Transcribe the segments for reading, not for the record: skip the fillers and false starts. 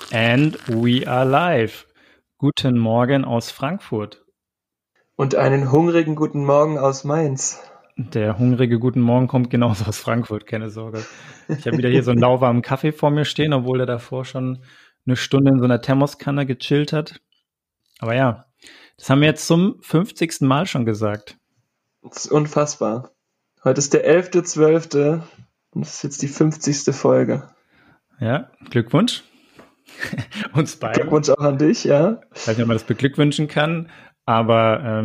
And we are live. Guten Morgen aus Frankfurt. Und einen hungrigen guten Morgen aus Mainz. Der hungrige Guten Morgen kommt genauso aus Frankfurt, keine Sorge. Ich habe wieder hier so einen lauwarmen Kaffee vor mir stehen, obwohl er davor schon eine Stunde in so einer Thermoskanne gechillt hat. Aber ja, das haben wir jetzt zum 50. Mal schon gesagt. Das ist unfassbar. Heute ist der 11.12. und das ist jetzt die 50. Folge. Ja, Glückwunsch. Uns beiden. Glückwunsch auch an dich, ja. Ich weiß nicht, ob man das beglückwünschen kann, aber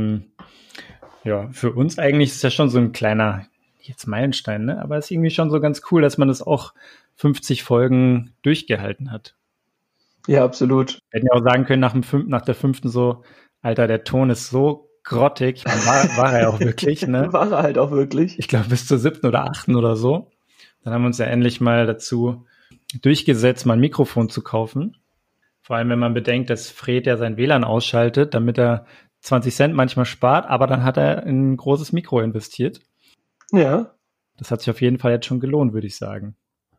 ja, für uns eigentlich ist es ja schon so ein kleiner jetzt Meilenstein, ne? Aber es ist irgendwie schon so ganz cool, dass man das auch 50 Folgen durchgehalten hat. Ja, absolut. Wir hätten ja auch sagen können nach der 5. so, Alter, der Ton ist so grottig. War er ja auch wirklich, ne? War er halt auch wirklich. Ich glaube, bis zur 7. oder 8. oder so. Dann haben wir uns ja endlich mal dazu durchgesetzt, mal ein Mikrofon zu kaufen. Vor allem, wenn man bedenkt, dass Fred ja sein WLAN ausschaltet, damit er 20 Cent manchmal spart, aber dann hat er in ein großes Mikro investiert. Ja. Das hat sich auf jeden Fall jetzt schon gelohnt, würde ich sagen.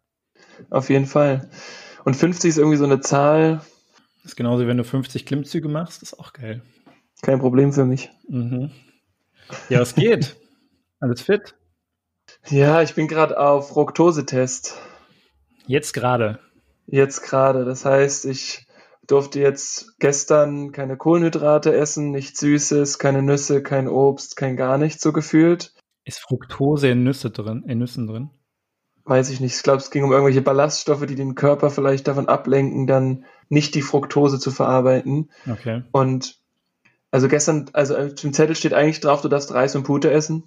Auf jeden Fall. Und 50 ist irgendwie so eine Zahl. Das ist genauso, wenn du 50 Klimmzüge machst, ist auch geil. Kein Problem für mich. Mhm. Ja, was geht? Alles fit? Ja, ich bin gerade auf Fructosetest. Jetzt gerade. Das heißt, ich durfte jetzt gestern keine Kohlenhydrate essen, nichts Süßes, keine Nüsse, kein Obst, kein gar nichts so gefühlt. Ist Fructose in Nüssen drin? Weiß ich nicht. Ich glaube, es ging um irgendwelche Ballaststoffe, die den Körper vielleicht davon ablenken, dann nicht die Fructose zu verarbeiten. Okay. Und also gestern, also auf dem Zettel steht eigentlich drauf, du darfst Reis und Pute essen.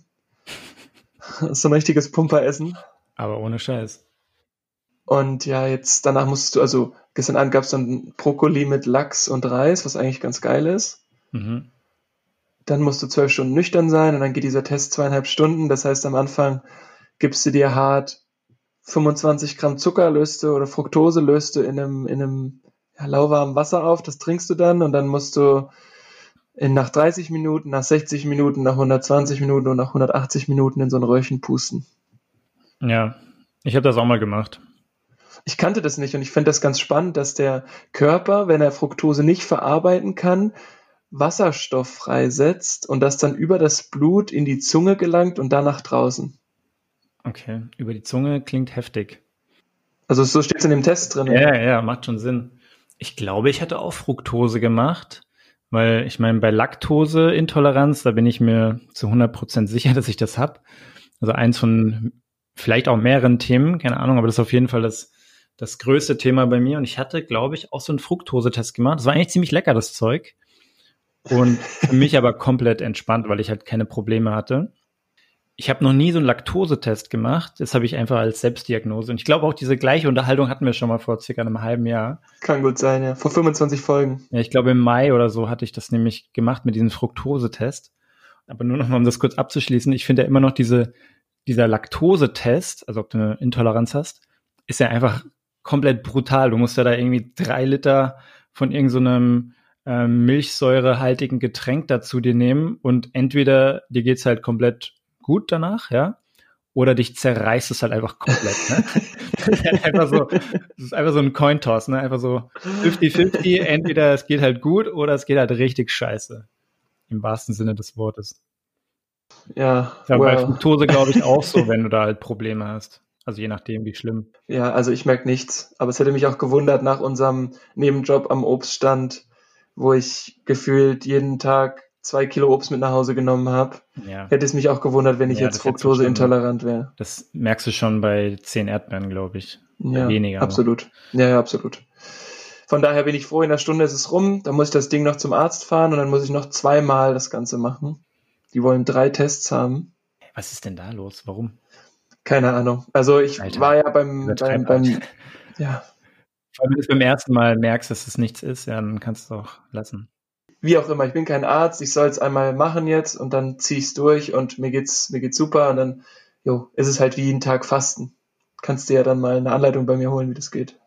Das ist so ein richtiges Pumperessen. Aber ohne Scheiß. Und ja, jetzt danach musstest du, also gestern Abend gab es dann Brokkoli mit Lachs und Reis, was eigentlich ganz geil ist. Mhm. Dann musst du 12 Stunden nüchtern sein und dann geht dieser Test 2,5 Stunden. Das heißt, am Anfang gibst du dir hart 25 Gramm Zucker löste oder Fructose löste in einem lauwarmen Wasser auf. Das trinkst du dann und dann musst du nach 30 Minuten, nach 60 Minuten, nach 120 Minuten und nach 180 Minuten in so ein Röhrchen pusten. Ja, ich habe das auch mal gemacht. Ich kannte das nicht und ich finde das ganz spannend, dass der Körper, wenn er Fructose nicht verarbeiten kann, Wasserstoff freisetzt und das dann über das Blut in die Zunge gelangt und danach draußen. Okay, über die Zunge klingt heftig. Also so steht es in dem Test drin. Ja, macht schon Sinn. Ich glaube, ich hatte auch Fructose gemacht, weil ich meine, bei Laktoseintoleranz, da bin ich mir zu 100% sicher, dass ich das habe. Also eins von vielleicht auch mehreren Themen, keine Ahnung, aber das ist auf jeden Fall das größte Thema bei mir. Und ich hatte, glaube ich, auch so einen Fructosetest gemacht. Das war eigentlich ziemlich lecker, das Zeug. Und für mich aber komplett entspannt, weil ich halt keine Probleme hatte. Ich habe noch nie so einen Laktosetest gemacht. Das habe ich einfach als Selbstdiagnose. Und ich glaube auch, diese gleiche Unterhaltung hatten wir schon mal vor circa einem halben Jahr. Kann gut sein, ja. Vor 25 Folgen. Ja, ich glaube im Mai oder so hatte ich das nämlich gemacht mit diesem Fructosetest. Aber nur noch mal, um das kurz abzuschließen. Ich finde ja immer noch dieser Laktosetest, also ob du eine Intoleranz hast, ist ja einfach komplett brutal. Du musst ja da irgendwie 3 Liter von irgendeinem milchsäurehaltigen Getränk dazu dir nehmen und entweder dir geht's halt komplett gut danach, ja, oder dich zerreißt es halt einfach komplett, ne? Das ist einfach so ein Cointoss, ne? Einfach so 50-50, entweder es geht halt gut oder es geht halt richtig scheiße. Im wahrsten Sinne des Wortes. Ja, Bei Fructose glaube ich auch so, wenn du da halt Probleme hast. Also je nachdem, wie schlimm. Ja, also ich merke nichts. Aber es hätte mich auch gewundert nach unserem Nebenjob am Obststand, wo ich gefühlt jeden Tag 2 Kilo Obst mit nach Hause genommen habe. Ja. Hätte es mich auch gewundert, wenn ich jetzt fruktoseintolerant wäre. Das merkst du schon bei 10 Erdbeeren, glaube ich. Ja, weniger. Absolut. Ja, absolut. Von daher bin ich froh, in einer Stunde ist es rum. Dann muss ich das Ding noch zum Arzt fahren und dann muss ich noch 2-mal das Ganze machen. Die wollen 3 Tests haben. Was ist denn da los? Warum? Keine Ahnung. Also ich war ja beim ja. Wenn du es beim ersten Mal merkst, dass es nichts ist, ja, dann kannst du es auch lassen. Wie auch immer, ich bin kein Arzt, ich soll es einmal machen jetzt und dann ziehe ich es durch und mir geht's super und dann ist es halt wie jeden Tag Fasten. Kannst dir ja dann mal eine Anleitung bei mir holen, wie das geht.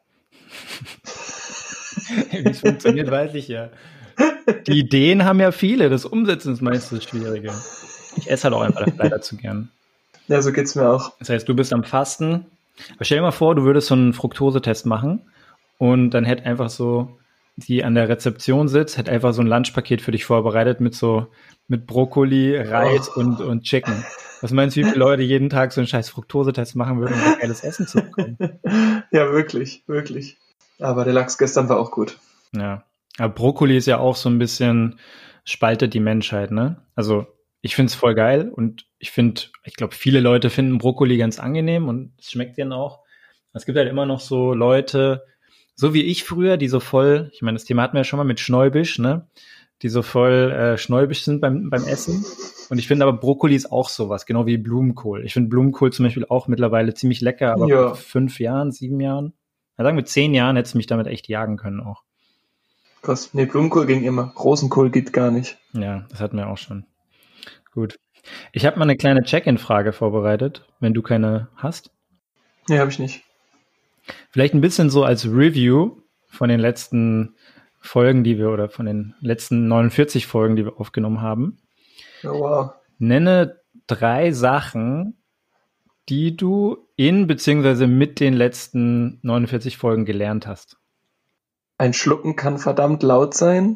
Wie es funktioniert, weiß ich ja. Die Ideen haben ja viele, das Umsetzen ist meistens das Schwierige. Ich esse halt auch einfach leider zu gern. Ja, so geht's mir auch. Das heißt, du bist am Fasten. Aber stell dir mal vor, du würdest so einen Fructosetest machen und dann hätte einfach so, die an der Rezeption sitzt, hätte einfach so ein Lunchpaket für dich vorbereitet mit Brokkoli, Reis und Chicken. Was meinst du, wie viele Leute jeden Tag so einen scheiß Fructosetest machen würden, um da geiles Essen zu bekommen? Ja, wirklich, wirklich. Aber der Lachs gestern war auch gut. Ja, aber Brokkoli ist ja auch so ein bisschen, spaltet die Menschheit, ne? Also ich finde es voll geil und ich glaube, viele Leute finden Brokkoli ganz angenehm und es schmeckt denen auch. Es gibt halt immer noch so Leute, so wie ich früher, die so voll, ich meine, das Thema hatten wir ja schon mal mit Schnäubisch, ne? Die so voll schnäubisch sind beim Essen. Und ich finde aber Brokkoli ist auch sowas, genau wie Blumenkohl. Ich finde Blumenkohl zum Beispiel auch mittlerweile ziemlich lecker, aber Ja. vor 5 Jahren, 7 Jahren, ja, sagen wir 10 Jahren, hätte es mich damit echt jagen können auch. Krass. Nee, Blumenkohl ging immer. Rosenkohl geht gar nicht. Ja, das hatten wir auch schon. Gut. Ich habe mal eine kleine Check-in-Frage vorbereitet, wenn du keine hast. Nee, habe ich nicht. Vielleicht ein bisschen so als Review von den letzten Folgen, oder von den letzten 49 Folgen, die wir aufgenommen haben. Oh, wow. Nenne 3 Sachen, die du in bzw. mit den letzten 49 Folgen gelernt hast. Ein Schlucken kann verdammt laut sein.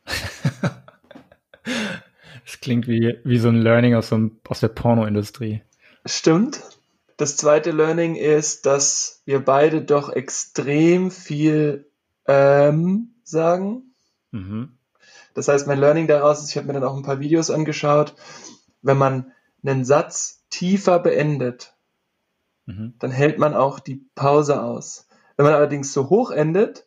Das klingt wie so ein Learning aus der Pornoindustrie. Stimmt. Das zweite Learning ist, dass wir beide doch extrem viel sagen. Mhm. Das heißt, mein Learning daraus ist, ich habe mir dann auch ein paar Videos angeschaut, wenn man einen Satz tiefer beendet, dann hält man auch die Pause aus. Wenn man allerdings so hoch endet,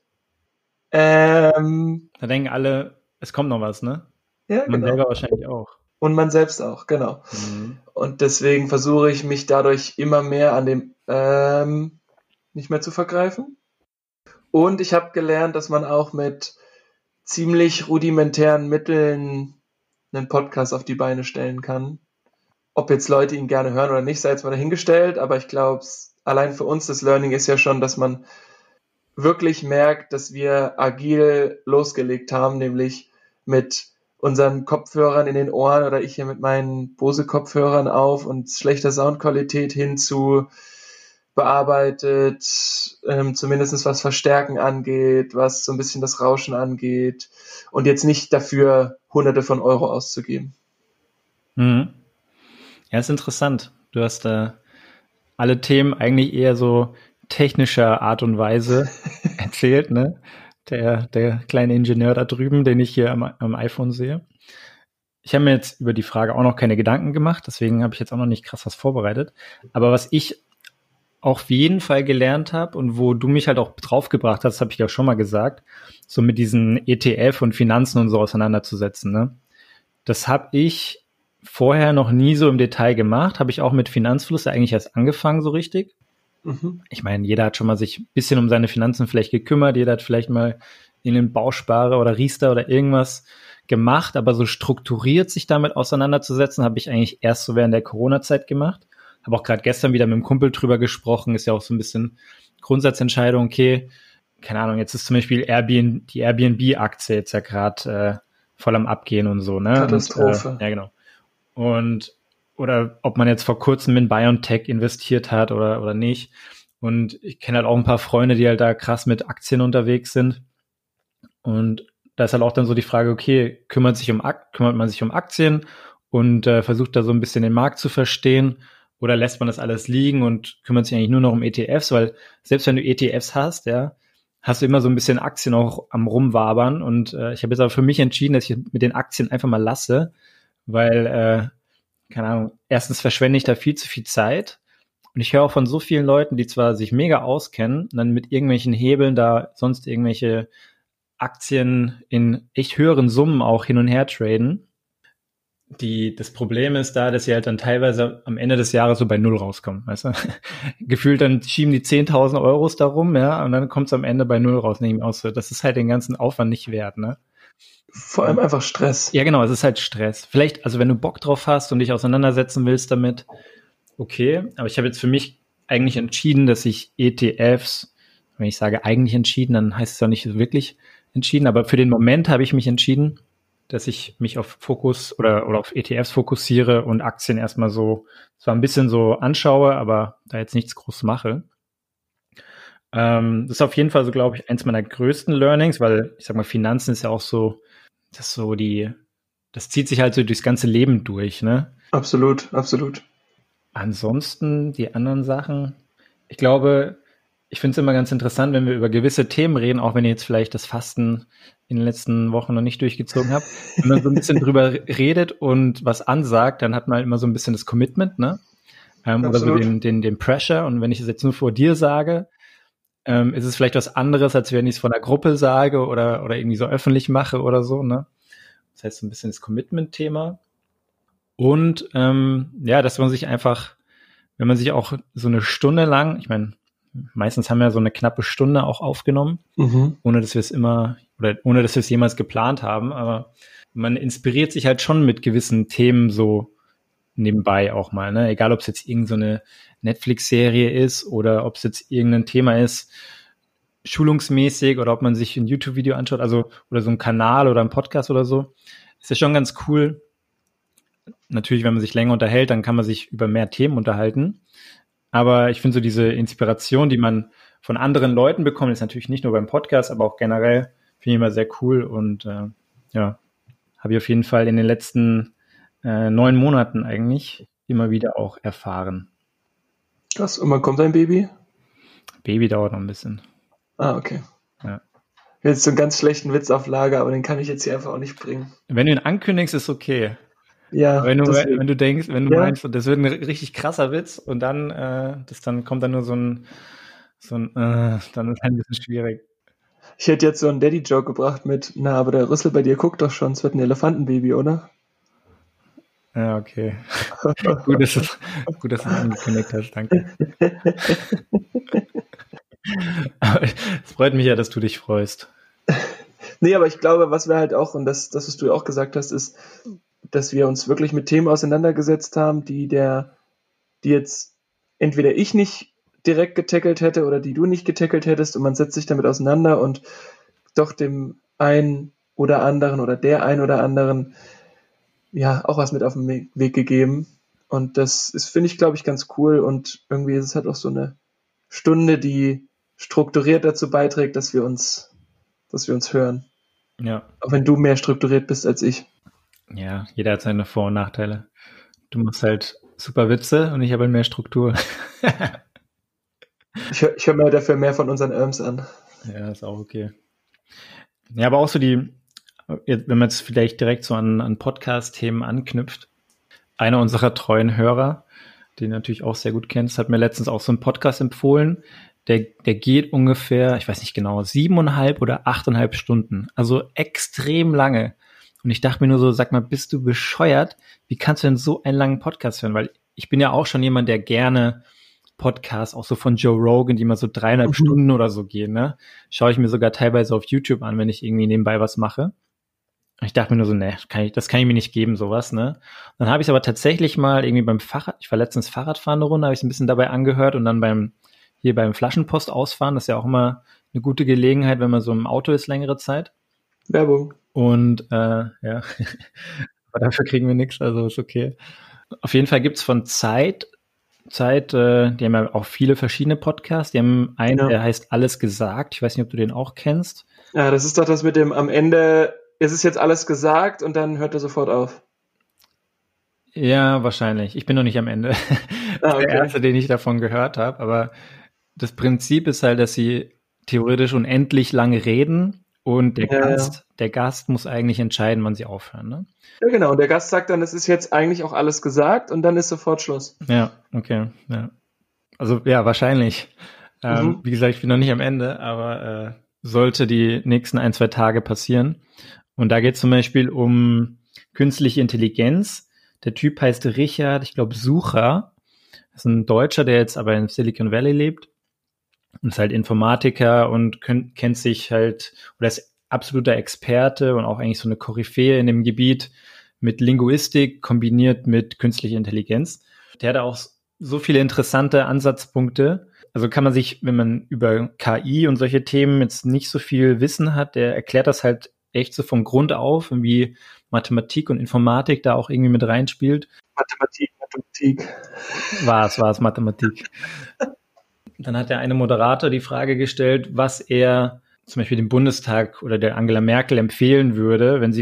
Da denken alle, es kommt noch was, ne? ja, Man genau. selber wahrscheinlich auch. Und man selbst auch, genau. Und deswegen versuche ich mich dadurch immer mehr an dem nicht mehr zu vergreifen. Und ich habe gelernt, dass man auch mit ziemlich rudimentären Mitteln einen Podcast auf die Beine stellen kann. Ob jetzt Leute ihn gerne hören oder nicht, sei jetzt mal dahingestellt, aber ich glaube, allein für uns das Learning ist ja schon, dass man wirklich merkt, dass wir agil losgelegt haben, nämlich mit unseren Kopfhörern in den Ohren oder ich hier mit meinen Bose-Kopfhörern auf und schlechter Soundqualität hin zu bearbeitet, zumindest was Verstärken angeht, was so ein bisschen das Rauschen angeht und jetzt nicht dafür Hunderte von Euro auszugeben. Ja, ist interessant. Du hast alle Themen eigentlich eher so technischer Art und Weise erzählt, ne? Der kleine Ingenieur da drüben, den ich hier am iPhone sehe. Ich habe mir jetzt über die Frage auch noch keine Gedanken gemacht, deswegen habe ich jetzt auch noch nicht krass was vorbereitet. Aber was ich auf jeden Fall gelernt habe und wo du mich halt auch draufgebracht hast, habe ich ja schon mal gesagt, so mit diesen ETF und Finanzen und so auseinanderzusetzen, ne? Das habe ich vorher noch nie so im Detail gemacht, habe ich auch mit Finanzfluss eigentlich erst angefangen so richtig. Ich meine, jeder hat schon mal sich ein bisschen um seine Finanzen vielleicht gekümmert, jeder hat vielleicht mal in den Bausparer oder Riester oder irgendwas gemacht, aber so strukturiert sich damit auseinanderzusetzen, habe ich eigentlich erst so während der Corona-Zeit gemacht. Habe auch gerade gestern wieder mit einem Kumpel drüber gesprochen, ist ja auch so ein bisschen Grundsatzentscheidung, okay, keine Ahnung, jetzt ist zum Beispiel die Airbnb-Aktie jetzt ja gerade voll am Abgehen und so, ne? Katastrophe. Und, ja, genau. Oder ob man jetzt vor kurzem in BioNTech investiert hat oder nicht. Und ich kenne halt auch ein paar Freunde, die halt da krass mit Aktien unterwegs sind. Und da ist halt auch dann so die Frage, okay, kümmert man sich um Aktien und versucht da so ein bisschen den Markt zu verstehen oder lässt man das alles liegen und kümmert sich eigentlich nur noch um ETFs, weil selbst wenn du ETFs hast, ja, hast du immer so ein bisschen Aktien auch am Rumwabern und ich habe jetzt aber für mich entschieden, dass ich mit den Aktien einfach mal lasse, weil, keine Ahnung, erstens verschwende ich da viel zu viel Zeit und ich höre auch von so vielen Leuten, die zwar sich mega auskennen, dann mit irgendwelchen Hebeln da sonst irgendwelche Aktien in echt höheren Summen auch hin und her traden. Das Problem ist da, dass sie halt dann teilweise am Ende des Jahres so bei Null rauskommen, weißt du? Gefühlt dann schieben die 10.000 Euros darum, ja, und dann kommt es am Ende bei Null raus, nicht mehr aus. Das ist halt den ganzen Aufwand nicht wert, ne? Vor allem einfach Stress. Ja, genau, es ist halt Stress. Vielleicht, also wenn du Bock drauf hast und dich auseinandersetzen willst damit, okay, aber ich habe jetzt für mich eigentlich entschieden, dass ich ETFs, wenn ich sage eigentlich entschieden, dann heißt es ja nicht wirklich entschieden, aber für den Moment habe ich mich entschieden, dass ich mich auf Fokus oder auf ETFs fokussiere und Aktien erstmal so, zwar ein bisschen so anschaue, aber da jetzt nichts groß mache. Das ist auf jeden Fall so, glaube ich, eins meiner größten Learnings, weil ich sag mal, Finanzen ist ja auch so, das zieht sich halt so durchs ganze Leben durch, ne? Absolut, absolut. Ansonsten die anderen Sachen, ich glaube, ich finde es immer ganz interessant, wenn wir über gewisse Themen reden, auch wenn ihr jetzt vielleicht das Fasten in den letzten Wochen noch nicht durchgezogen habt. Wenn man so ein bisschen drüber redet und was ansagt, dann hat man halt immer so ein bisschen das Commitment, ne? Oder so den Pressure. Und wenn ich es jetzt nur vor dir sage, ist es vielleicht was anderes, als wenn ich es von der Gruppe sage oder irgendwie so öffentlich mache oder so, ne? Das heißt so ein bisschen das Commitment-Thema. Und dass man sich einfach, wenn man sich auch so eine Stunde lang, ich meine, meistens haben wir so eine knappe Stunde auch aufgenommen, ohne dass wir es jemals geplant haben, aber man inspiriert sich halt schon mit gewissen Themen so nebenbei auch mal, ne? Egal, ob es jetzt irgend so eine Netflix-Serie ist oder ob es jetzt irgendein Thema ist, schulungsmäßig oder ob man sich ein YouTube-Video anschaut, also oder so ein Kanal oder ein Podcast oder so, ist ja schon ganz cool. Natürlich, wenn man sich länger unterhält, dann kann man sich über mehr Themen unterhalten. Aber ich finde so diese Inspiration, die man von anderen Leuten bekommt, ist natürlich nicht nur beim Podcast, aber auch generell, finde ich immer sehr cool und habe ich auf jeden Fall in den letzten 9 Monaten eigentlich immer wieder auch erfahren. Krass, und wann kommt dein Baby? Baby dauert noch ein bisschen. Ah, okay. Ja. Jetzt so einen ganz schlechten Witz auf Lager, aber den kann ich jetzt hier einfach auch nicht bringen. Wenn du ihn ankündigst, ist okay. Ja, Wenn du meinst, das wird ein richtig krasser Witz und dann, dann kommt dann nur dann ist es ein bisschen schwierig. Ich hätte jetzt so einen Daddy-Joke gebracht mit, na, aber der Rüssel bei dir guckt doch schon, es wird ein Elefantenbaby, oder? Ja, okay. Gut, dass du es angekündigt hast, danke. Aber es freut mich ja, dass du dich freust. Nee, aber ich glaube, was wir halt auch, und das, was du ja auch gesagt hast, ist, dass wir uns wirklich mit Themen auseinandergesetzt haben, die jetzt entweder ich nicht direkt getackelt hätte oder die du nicht getackelt hättest und man setzt sich damit auseinander und doch dem einen oder anderen oder der einen oder anderen ja auch was mit auf den Weg gegeben. Und das ist, finde ich, glaube ich, ganz cool. Und irgendwie ist es halt auch so eine Stunde, die strukturiert dazu beiträgt, dass wir uns hören. Ja. Auch wenn du mehr strukturiert bist als ich. Ja, jeder hat seine Vor- und Nachteile. Du machst halt super Witze und ich habe halt mehr Struktur. Ich hör mir dafür mehr von unseren Irms an. Ja, ist auch okay. Ja, aber auch so wenn man jetzt vielleicht direkt so an Podcast-Themen anknüpft. Einer unserer treuen Hörer, den du natürlich auch sehr gut kennst, hat mir letztens auch so einen Podcast empfohlen. Der geht ungefähr, ich weiß nicht genau, 7,5 oder 8,5 Stunden. Also extrem lange. Und ich dachte mir nur so, sag mal, bist du bescheuert? Wie kannst du denn so einen langen Podcast hören? Weil ich bin ja auch schon jemand, der gerne Podcasts, auch so von Joe Rogan, die mal so 3,5 Stunden oder so gehen, ne? Schaue ich mir sogar teilweise auf YouTube an, wenn ich irgendwie nebenbei was mache. Ich dachte mir nur so, ne, das kann ich mir nicht geben, sowas, ne? Dann habe ich es aber tatsächlich mal irgendwie ich war letztens Fahrradfahren eine Runde, habe ich es ein bisschen dabei angehört und dann beim Flaschenpost ausfahren, das ist ja auch immer eine gute Gelegenheit, wenn man so im Auto ist längere Zeit. Werbung. Und ja, aber dafür kriegen wir nichts, also ist okay. Auf jeden Fall gibt's von Zeit, die haben ja auch viele verschiedene Podcasts. Die haben einen, der heißt Alles gesagt. Ich weiß nicht, ob du den auch kennst. Ja, das ist doch das mit dem am Ende, es ist jetzt alles gesagt und dann hört er sofort auf. Ja, wahrscheinlich. Ich bin noch nicht am Ende. Das ist der erste, den ich davon gehört habe. Aber das Prinzip ist halt, dass sie theoretisch unendlich lange reden und der Gast muss eigentlich entscheiden, wann sie aufhören, ne? Ja, genau. Und der Gast sagt dann, es ist jetzt eigentlich auch alles gesagt und dann ist sofort Schluss. Ja, okay. Ja. Also ja, wahrscheinlich. Wie gesagt, ich bin noch nicht am Ende, aber sollte die nächsten 1-2 Tage passieren. Und da geht es zum Beispiel um künstliche Intelligenz. Der Typ heißt Richard, ich glaube, Sucher. Das ist ein Deutscher, der jetzt aber in Silicon Valley lebt. Und ist halt Informatiker und kennt sich halt, oder ist absoluter Experte und auch eigentlich so eine Koryphäe in dem Gebiet mit Linguistik kombiniert mit künstlicher Intelligenz. Der hat auch so viele interessante Ansatzpunkte. Also kann man sich, wenn man über KI und solche Themen jetzt nicht so viel Wissen hat, der erklärt das halt echt so vom Grund auf, wie Mathematik und Informatik da auch irgendwie mit reinspielt. Mathematik. War es Mathematik. dann hat der eine Moderator die Frage gestellt, was er zum Beispiel dem Bundestag oder der Angela Merkel empfehlen würde, wenn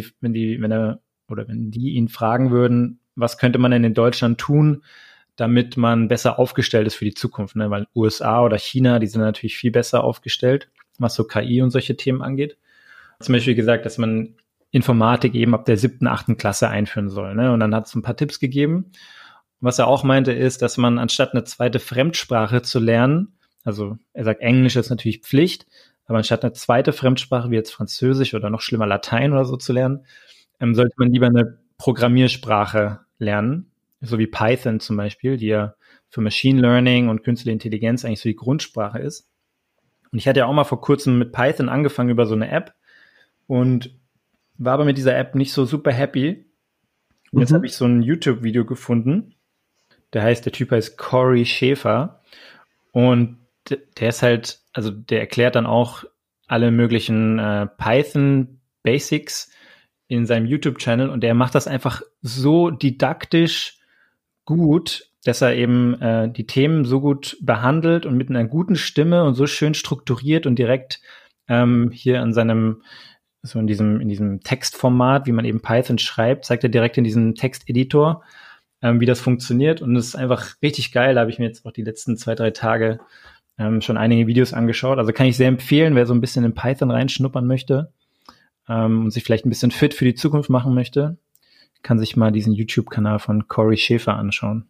die ihn fragen würden, was könnte man denn in Deutschland tun, damit man besser aufgestellt ist für die Zukunft, ne? Weil USA oder China, die sind natürlich viel besser aufgestellt, was so KI und solche Themen angeht. Zum Beispiel gesagt, dass man Informatik eben ab der 7., 8. Klasse einführen soll, ne? Und dann hat es ein paar Tipps gegeben. Was er auch meinte, ist, dass man anstatt eine zweite Fremdsprache zu lernen, also er sagt, Englisch ist natürlich Pflicht, aber anstatt eine zweite Fremdsprache wie jetzt Französisch oder noch schlimmer Latein oder so zu lernen, sollte man lieber eine Programmiersprache lernen, so wie Python zum Beispiel, die ja für Machine Learning und künstliche Intelligenz eigentlich so die Grundsprache ist. Und ich hatte ja auch mal vor kurzem mit Python angefangen über so eine App und war aber mit dieser App nicht so super happy. Und jetzt habe ich so ein YouTube-Video gefunden. Der Typ heißt Cory Schäfer. Und der ist halt, also der erklärt dann auch alle möglichen Python-Basics in seinem YouTube-Channel. Und der macht das einfach so didaktisch gut, dass er eben die Themen so gut behandelt und mit einer guten Stimme und so schön strukturiert und direkt hier an seinem, so in diesem Textformat, wie man eben Python schreibt, zeigt er direkt in diesem Texteditor, wie das funktioniert. Und es ist einfach richtig geil. Da habe ich mir jetzt auch die letzten 2-3 Tage schon einige Videos angeschaut. Also kann ich sehr empfehlen, wer so ein bisschen in Python reinschnuppern möchte und sich vielleicht ein bisschen fit für die Zukunft machen möchte, kann sich mal diesen YouTube-Kanal von Cory Schäfer anschauen.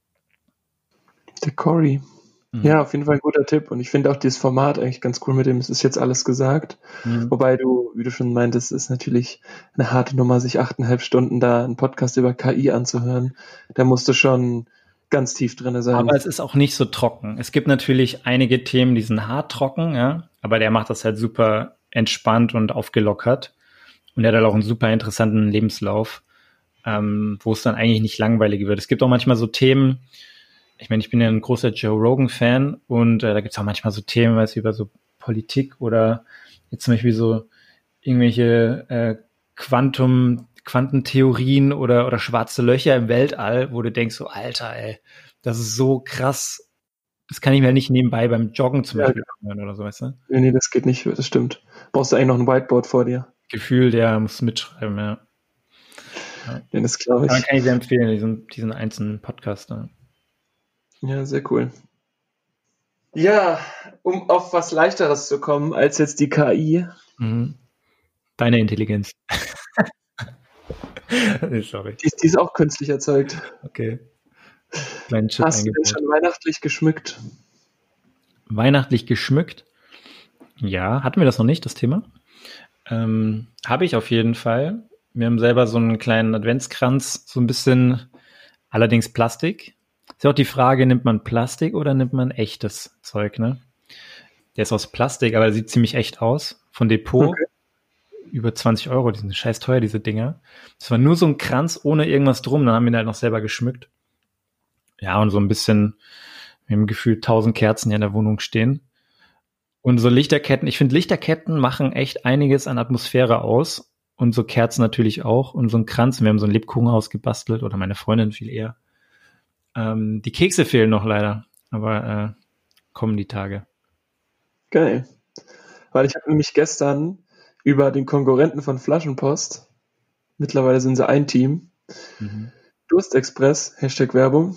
Der Cory. Ja, auf jeden Fall ein guter Tipp. Und ich finde auch dieses Format eigentlich ganz cool mit dem, es ist jetzt alles gesagt. Wobei wie du schon meintest, ist natürlich eine harte Nummer, sich 8,5 Stunden da einen Podcast über KI anzuhören. Da musst du schon ganz tief drin sein. Aber es ist auch nicht so trocken. Es gibt natürlich einige Themen, die sind hart trocken, ja, aber der macht das halt super entspannt und aufgelockert. Und er hat halt auch einen super interessanten Lebenslauf, wo es dann eigentlich nicht langweilig wird. Es gibt auch manchmal so Themen, ich meine, ich bin ja ein großer Joe Rogan-Fan und da gibt es auch manchmal so Themen, weißt du, über so Politik oder jetzt zum Beispiel so irgendwelche Quantentheorien oder schwarze Löcher im Weltall, wo du denkst so, Alter, ey, das ist so krass. Das kann ich mir nicht nebenbei beim Joggen zum Beispiel hören oder so, weißt du? Nee, das geht nicht, das stimmt. Brauchst du eigentlich noch ein Whiteboard vor dir? Gefühl, der muss mitschreiben, ja. Ja, das glaube ich. Aber kann ich sehr empfehlen, diesen einzelnen Podcast. Ja, sehr cool. Ja, um auf was Leichteres zu kommen als jetzt die KI. Deine Intelligenz. Sorry. Die ist auch künstlich erzeugt. Okay. Kleinen Chip Hast du denn schon weihnachtlich geschmückt? Weihnachtlich geschmückt? Ja, hatten wir das noch nicht, das Thema? Habe ich auf jeden Fall. Wir haben selber so einen kleinen Adventskranz, so ein bisschen, allerdings Plastik. Ist ja auch die Frage, nimmt man Plastik oder nimmt man echtes Zeug, ne? Der ist aus Plastik, aber der sieht ziemlich echt aus. Von Depot. Okay. Über 20 €, die sind scheiß teuer, diese Dinger. Das war nur so ein Kranz ohne irgendwas drum, dann haben wir ihn halt noch selber geschmückt. Ja, und so ein bisschen, wir haben gefühlt 1000 Kerzen hier in der Wohnung stehen. Und so Lichterketten, ich finde Lichterketten machen echt einiges an Atmosphäre aus. Und so Kerzen natürlich auch. Und so ein Kranz, wir haben so ein Lebkuchenhaus gebastelt, oder meine Freundin viel eher. Die Kekse fehlen noch leider, aber kommen die Tage. Geil. Weil ich habe nämlich gestern über den Konkurrenten von Flaschenpost, mittlerweile sind sie ein Team, Durstexpress, #Werbung,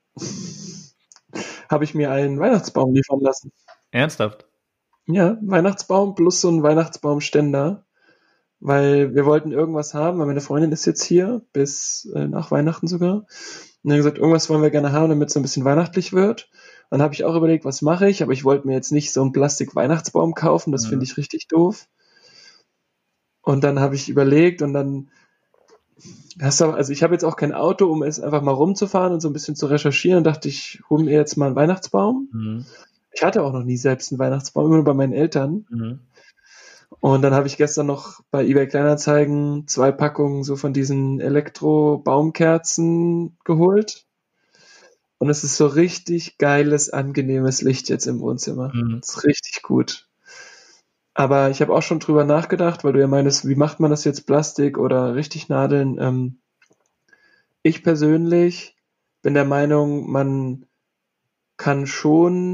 habe ich mir einen Weihnachtsbaum liefern lassen. Ernsthaft? Ja, Weihnachtsbaum plus so ein Weihnachtsbaumständer, weil wir wollten irgendwas haben, weil meine Freundin ist jetzt hier, bis nach Weihnachten sogar. Und dann gesagt, irgendwas wollen wir gerne haben, damit es so ein bisschen weihnachtlich wird. Dann habe ich auch überlegt, was mache ich, aber ich wollte mir jetzt nicht so einen Plastik-Weihnachtsbaum kaufen, das finde ich richtig doof. Und dann habe ich überlegt und dann also ich habe jetzt auch kein Auto, um es einfach mal rumzufahren und so ein bisschen zu recherchieren und dachte, ich hole mir jetzt mal einen Weihnachtsbaum. Ich hatte auch noch nie selbst einen Weihnachtsbaum, immer nur bei meinen Eltern. Und dann habe ich gestern noch bei eBay Kleinanzeigen 2 Packungen so von diesen Elektro-Baumkerzen geholt. Und es ist so richtig geiles, angenehmes Licht jetzt im Wohnzimmer. Das ist richtig gut. Aber ich habe auch schon drüber nachgedacht, weil du ja meinst, wie macht man das jetzt, Plastik oder richtig Nadeln? Ich persönlich bin der Meinung, man kann schon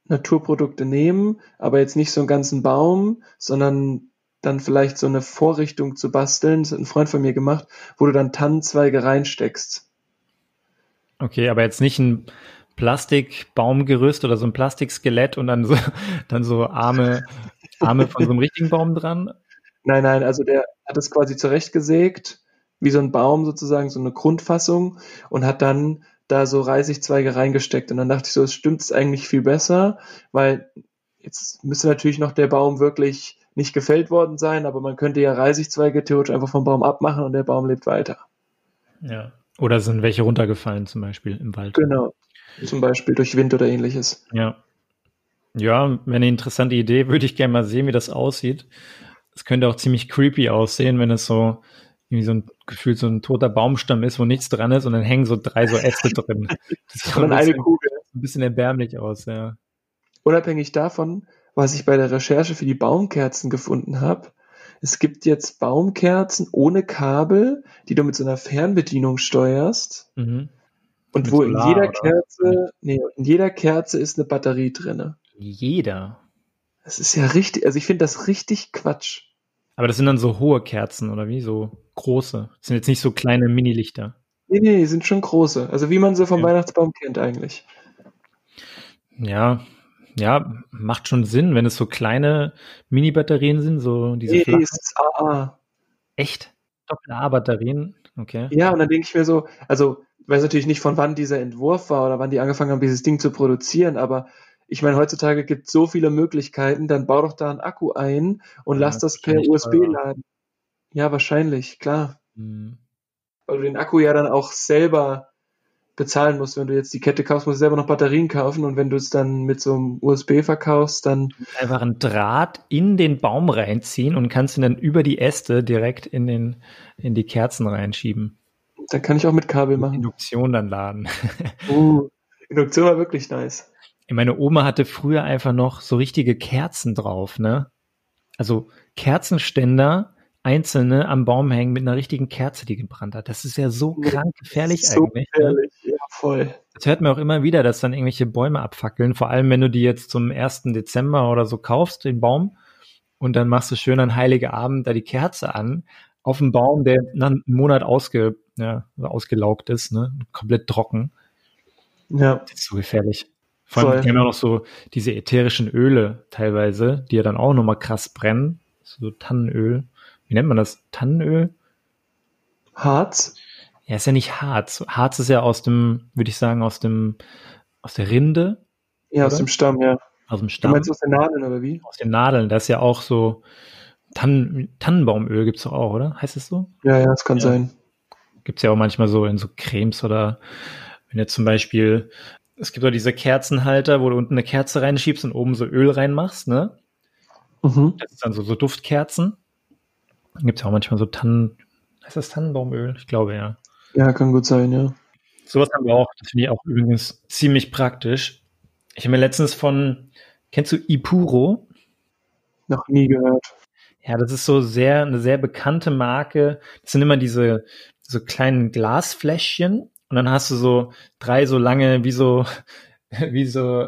Naturprodukte nehmen, aber jetzt nicht so einen ganzen Baum, sondern dann vielleicht so eine Vorrichtung zu basteln, das hat ein Freund von mir gemacht, wo du dann Tannenzweige reinsteckst. Okay, aber jetzt nicht ein Plastikbaumgerüst oder so ein Plastikskelett und dann so, dann so Arme von so einem richtigen Baum dran. Nein, nein, also der hat es quasi zurechtgesägt, wie so ein Baum sozusagen, so eine Grundfassung und hat dann da so Reisigzweige reingesteckt. Und dann dachte ich so, es stimmt es eigentlich viel besser, weil jetzt müsste natürlich noch der Baum wirklich nicht gefällt worden sein, aber man könnte ja Reisigzweige theoretisch einfach vom Baum abmachen und der Baum lebt weiter. Ja. Oder sind welche runtergefallen, zum Beispiel im Wald? Genau. Zum Beispiel durch Wind oder ähnliches. Ja. Ja, wäre eine interessante Idee, würde ich gerne mal sehen, wie das aussieht. Es könnte auch ziemlich creepy aussehen, wenn es so irgendwie so ein Gefühl so ein toter Baumstamm ist, wo nichts dran ist und dann hängen so 3 so Äste drin. Das sieht Und dann eine Kugel. ein bisschen erbärmlich aus, ja. Unabhängig davon, was ich bei der Recherche für die Baumkerzen gefunden habe, es gibt jetzt Baumkerzen ohne Kabel, die du mit so einer Fernbedienung steuerst. Mhm. Und Mit wo Solar, in jeder Kerze ist eine Batterie drinne. Jeder. Das ist ja richtig, also ich finde das richtig Quatsch. Aber das sind dann so hohe Kerzen, oder wie? So große. Das sind jetzt nicht so kleine Mini-Lichter. Nee, die sind schon große. Also wie man sie vom Ja. Weihnachtsbaum kennt eigentlich. Ja, ja, macht schon Sinn, wenn es so kleine Mini-Batterien sind, so diese Nee, flachen. es ist AA. Echt? Doppel-A-Batterien? Okay. Ja, und dann denke ich mir so, also ich weiß natürlich nicht, von wann dieser Entwurf war oder wann die angefangen haben, dieses Ding zu produzieren, aber ich meine, heutzutage gibt es so viele Möglichkeiten, dann bau doch da einen Akku ein und Ja, lass ist das per wahrscheinlich USB teurer. laden. Ja, wahrscheinlich, klar. Hm. Weil du den Akku ja dann auch selber bezahlen musst. Wenn du jetzt die Kette kaufst, musst du selber noch Batterien kaufen und wenn du es dann mit so einem USB verkaufst, dann Einfach einen Draht in den Baum reinziehen und kannst ihn dann über die Äste direkt in die Kerzen reinschieben. kann ich auch mit Kabel Mit machen. Induktion dann laden. Induktion war wirklich nice. Meine Oma hatte früher einfach noch so richtige Kerzen drauf, ne? Also Kerzenständer, einzelne am Baum hängen mit einer richtigen Kerze, die gebrannt hat. Das ist ja so krank gefährlich So eigentlich. gefährlich, ja, voll. Das hört man auch immer wieder, dass dann irgendwelche Bäume abfackeln. Vor allem, wenn du die jetzt zum 1. Dezember oder so kaufst, den Baum, und dann machst du schön an Heiligabend da die Kerze an, auf dem Baum, der nach einem Monat ausgelaugt ist, ne? Komplett trocken. Ja, Das ist so gefährlich. Vor allem, die haben ja noch so diese ätherischen Öle teilweise, die ja dann auch nochmal krass brennen. So Tannenöl. Wie nennt man das? Tannenöl? Harz? Ja, ist ja nicht Harz. Harz ist ja würde ich sagen, aus der Rinde. Ja, aus oder? dem Stamm, ja. Aus dem Du Stamm. meinst aus den Nadeln, oder wie? Aus den Nadeln. Das ist ja auch so Tannenbaumöl gibt's doch auch, oder? Heißt es so? Ja, das kann Ja. sein. Gibt's ja auch manchmal so in so Cremes oder wenn du zum Beispiel, es gibt auch diese Kerzenhalter, wo du unten eine Kerze reinschiebst und oben so Öl reinmachst, ne? Mhm. Das ist dann so Duftkerzen. Dann gibt's ja auch manchmal so heißt das Tannenbaumöl? Ich glaube, ja. Ja, kann gut sein, ja. Sowas haben wir auch. Das finde ich auch übrigens ziemlich praktisch. Ich habe mir letztens kennst du Ipuro? Noch nie gehört. Ja, das ist eine sehr bekannte Marke. Das sind immer diese so kleinen Glasfläschchen und dann hast du so 3 so lange wie so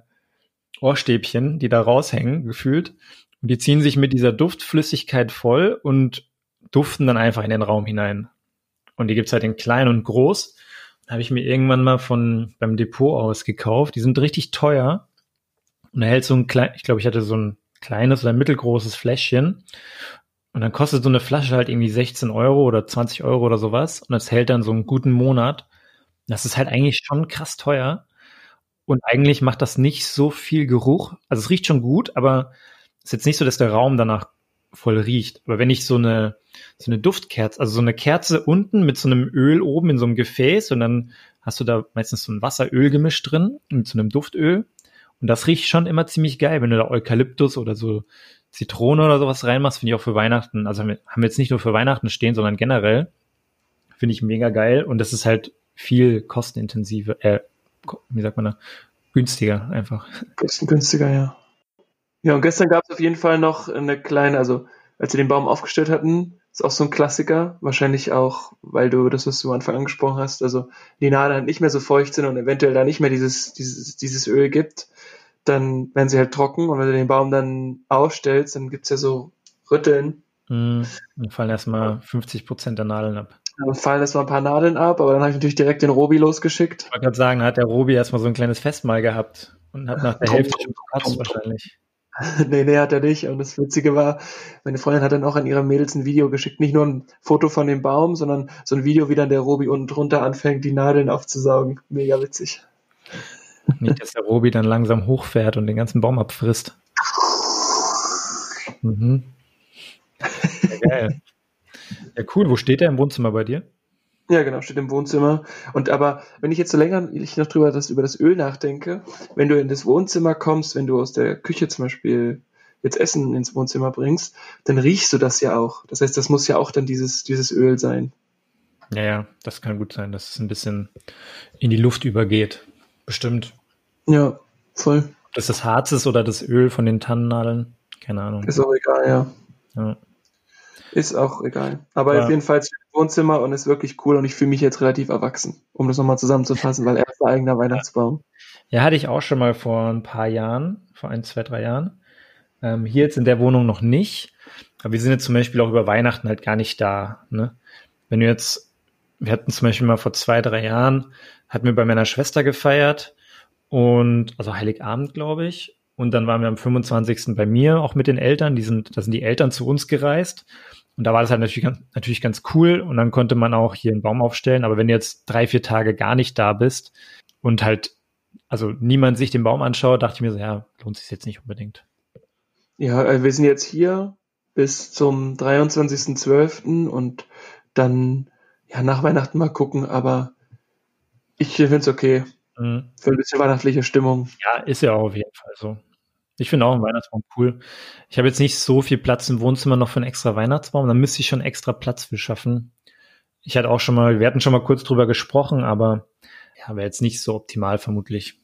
Ohrstäbchen, die da raushängen, gefühlt. Und die ziehen sich mit dieser Duftflüssigkeit voll und duften dann einfach in den Raum hinein. Und die gibt's halt in klein und groß. Da habe ich mir irgendwann mal beim Depot aus gekauft. Die sind richtig teuer. Und da hält ich glaube, ich hatte so ein kleines oder mittelgroßes Fläschchen. Und dann kostet so eine Flasche halt irgendwie 16 Euro oder 20 Euro oder sowas. Und das hält dann so einen guten Monat. Das ist halt eigentlich schon krass teuer. Und eigentlich macht das nicht so viel Geruch. Also es riecht schon gut, aber es ist jetzt nicht so, dass der Raum danach voll riecht. Aber wenn ich so eine Duftkerze, also so eine Kerze unten mit so einem Öl oben in so einem Gefäß und dann hast du da meistens so ein Wasser-Öl-Gemisch drin mit so einem Duftöl. Und das riecht schon immer ziemlich geil, wenn du da Eukalyptus oder so Zitrone oder sowas reinmachst, finde ich auch für Weihnachten. Also haben wir jetzt nicht nur für Weihnachten stehen, sondern generell finde ich mega geil. Und das ist halt viel kostenintensiver, wie sagt man da, günstiger einfach. Günstiger, ja. Ja, und gestern gab es auf jeden Fall noch eine kleine, also als wir den Baum aufgestellt hatten, ist auch so ein Klassiker, wahrscheinlich auch, weil du das, was du am Anfang angesprochen hast, also die Nadeln halt nicht mehr so feucht sind und eventuell da nicht mehr dieses Öl gibt, dann werden sie halt trocken und wenn du den Baum dann aufstellst, dann gibt's ja so Rütteln. Dann fallen erstmal 50% der Nadeln ab. Dann fallen erstmal ein paar Nadeln ab, aber dann habe ich natürlich direkt den Robi losgeschickt. Ich wollte gerade sagen, da hat der Robi erstmal so ein kleines Festmahl gehabt und hat nach der Hälfte schon gekotzt Tom. wahrscheinlich. Nee, hat er nicht. Und das Witzige war, meine Freundin hat dann auch an ihre Mädels ein Video geschickt. Nicht nur ein Foto von dem Baum, sondern so ein Video, wie dann der Robi unten drunter anfängt, die Nadeln aufzusaugen. Mega witzig. Nicht, dass der Robi dann langsam hochfährt und den ganzen Baum abfrisst. Mhm. Ja, geil. Ja, cool. Wo steht der im Wohnzimmer bei dir? Ja, genau, steht im Wohnzimmer. Und aber wenn ich jetzt so länger ich noch über das Öl nachdenke, wenn du in das Wohnzimmer kommst, wenn du aus der Küche zum Beispiel jetzt Essen ins Wohnzimmer bringst, dann riechst du das ja auch. Das heißt, das muss ja auch dann dieses Öl sein. Ja, das kann gut sein, dass es ein bisschen in die Luft übergeht. Bestimmt. Ja, voll. Ob das Harz ist oder das Öl von den Tannennadeln? Keine Ahnung. Ist auch egal, ja. Ja. Ist auch egal. Aber Ja. auf jeden Fall steht im Wohnzimmer und ist wirklich cool und ich fühle mich jetzt relativ erwachsen, um das nochmal zusammenzufassen, weil er ist ein eigener Weihnachtsbaum. Ja, hatte ich auch schon mal vor ein paar Jahren, vor 1, 2, 3 Jahren. Hier jetzt in der Wohnung noch nicht. Aber wir sind jetzt zum Beispiel auch über Weihnachten halt gar nicht da. Ne? Wenn du jetzt, wir hatten zum Beispiel mal vor 2, 3 Jahren, hatten wir bei meiner Schwester gefeiert und, also Heiligabend, glaube ich. Und dann waren wir am 25. bei mir, auch mit den Eltern. Da sind die Eltern zu uns gereist. Und da war das halt natürlich ganz cool. Und dann konnte man auch hier einen Baum aufstellen. Aber wenn du jetzt 3, 4 Tage gar nicht da bist und halt, also niemand sich den Baum anschaut, dachte ich mir so, ja, lohnt sich jetzt nicht unbedingt. Ja, wir sind jetzt hier bis zum 23.12. und dann ja nach Weihnachten mal gucken, aber ich finde es okay. Mhm. Für ein bisschen weihnachtliche Stimmung. Ja, ist ja auch auf jeden Fall so. Ich finde auch einen Weihnachtsbaum cool. Ich habe jetzt nicht so viel Platz im Wohnzimmer noch für einen extra Weihnachtsbaum. Da müsste ich schon extra Platz für schaffen. Wir hatten schon mal kurz drüber gesprochen, aber ja, wäre jetzt nicht so optimal vermutlich.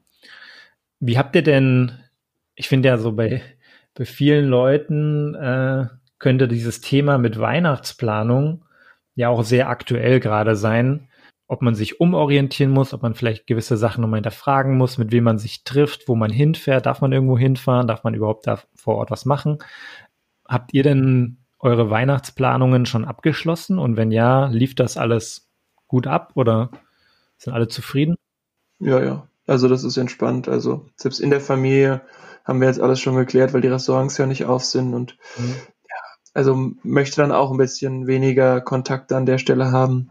Wie habt ihr denn, ich finde ja so bei vielen Leuten könnte dieses Thema mit Weihnachtsplanung ja auch sehr aktuell gerade sein, ob man sich umorientieren muss, ob man vielleicht gewisse Sachen nochmal hinterfragen muss, mit wem man sich trifft, wo man hinfährt, darf man irgendwo hinfahren, darf man überhaupt da vor Ort was machen? Habt ihr denn eure Weihnachtsplanungen schon abgeschlossen? Und wenn ja, lief das alles gut ab oder sind alle zufrieden? Ja. Also das ist entspannt. Also selbst in der Familie haben wir jetzt alles schon geklärt, weil die Restaurants ja nicht auf sind und also möchte dann auch ein bisschen weniger Kontakt an der Stelle haben.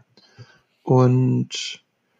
Und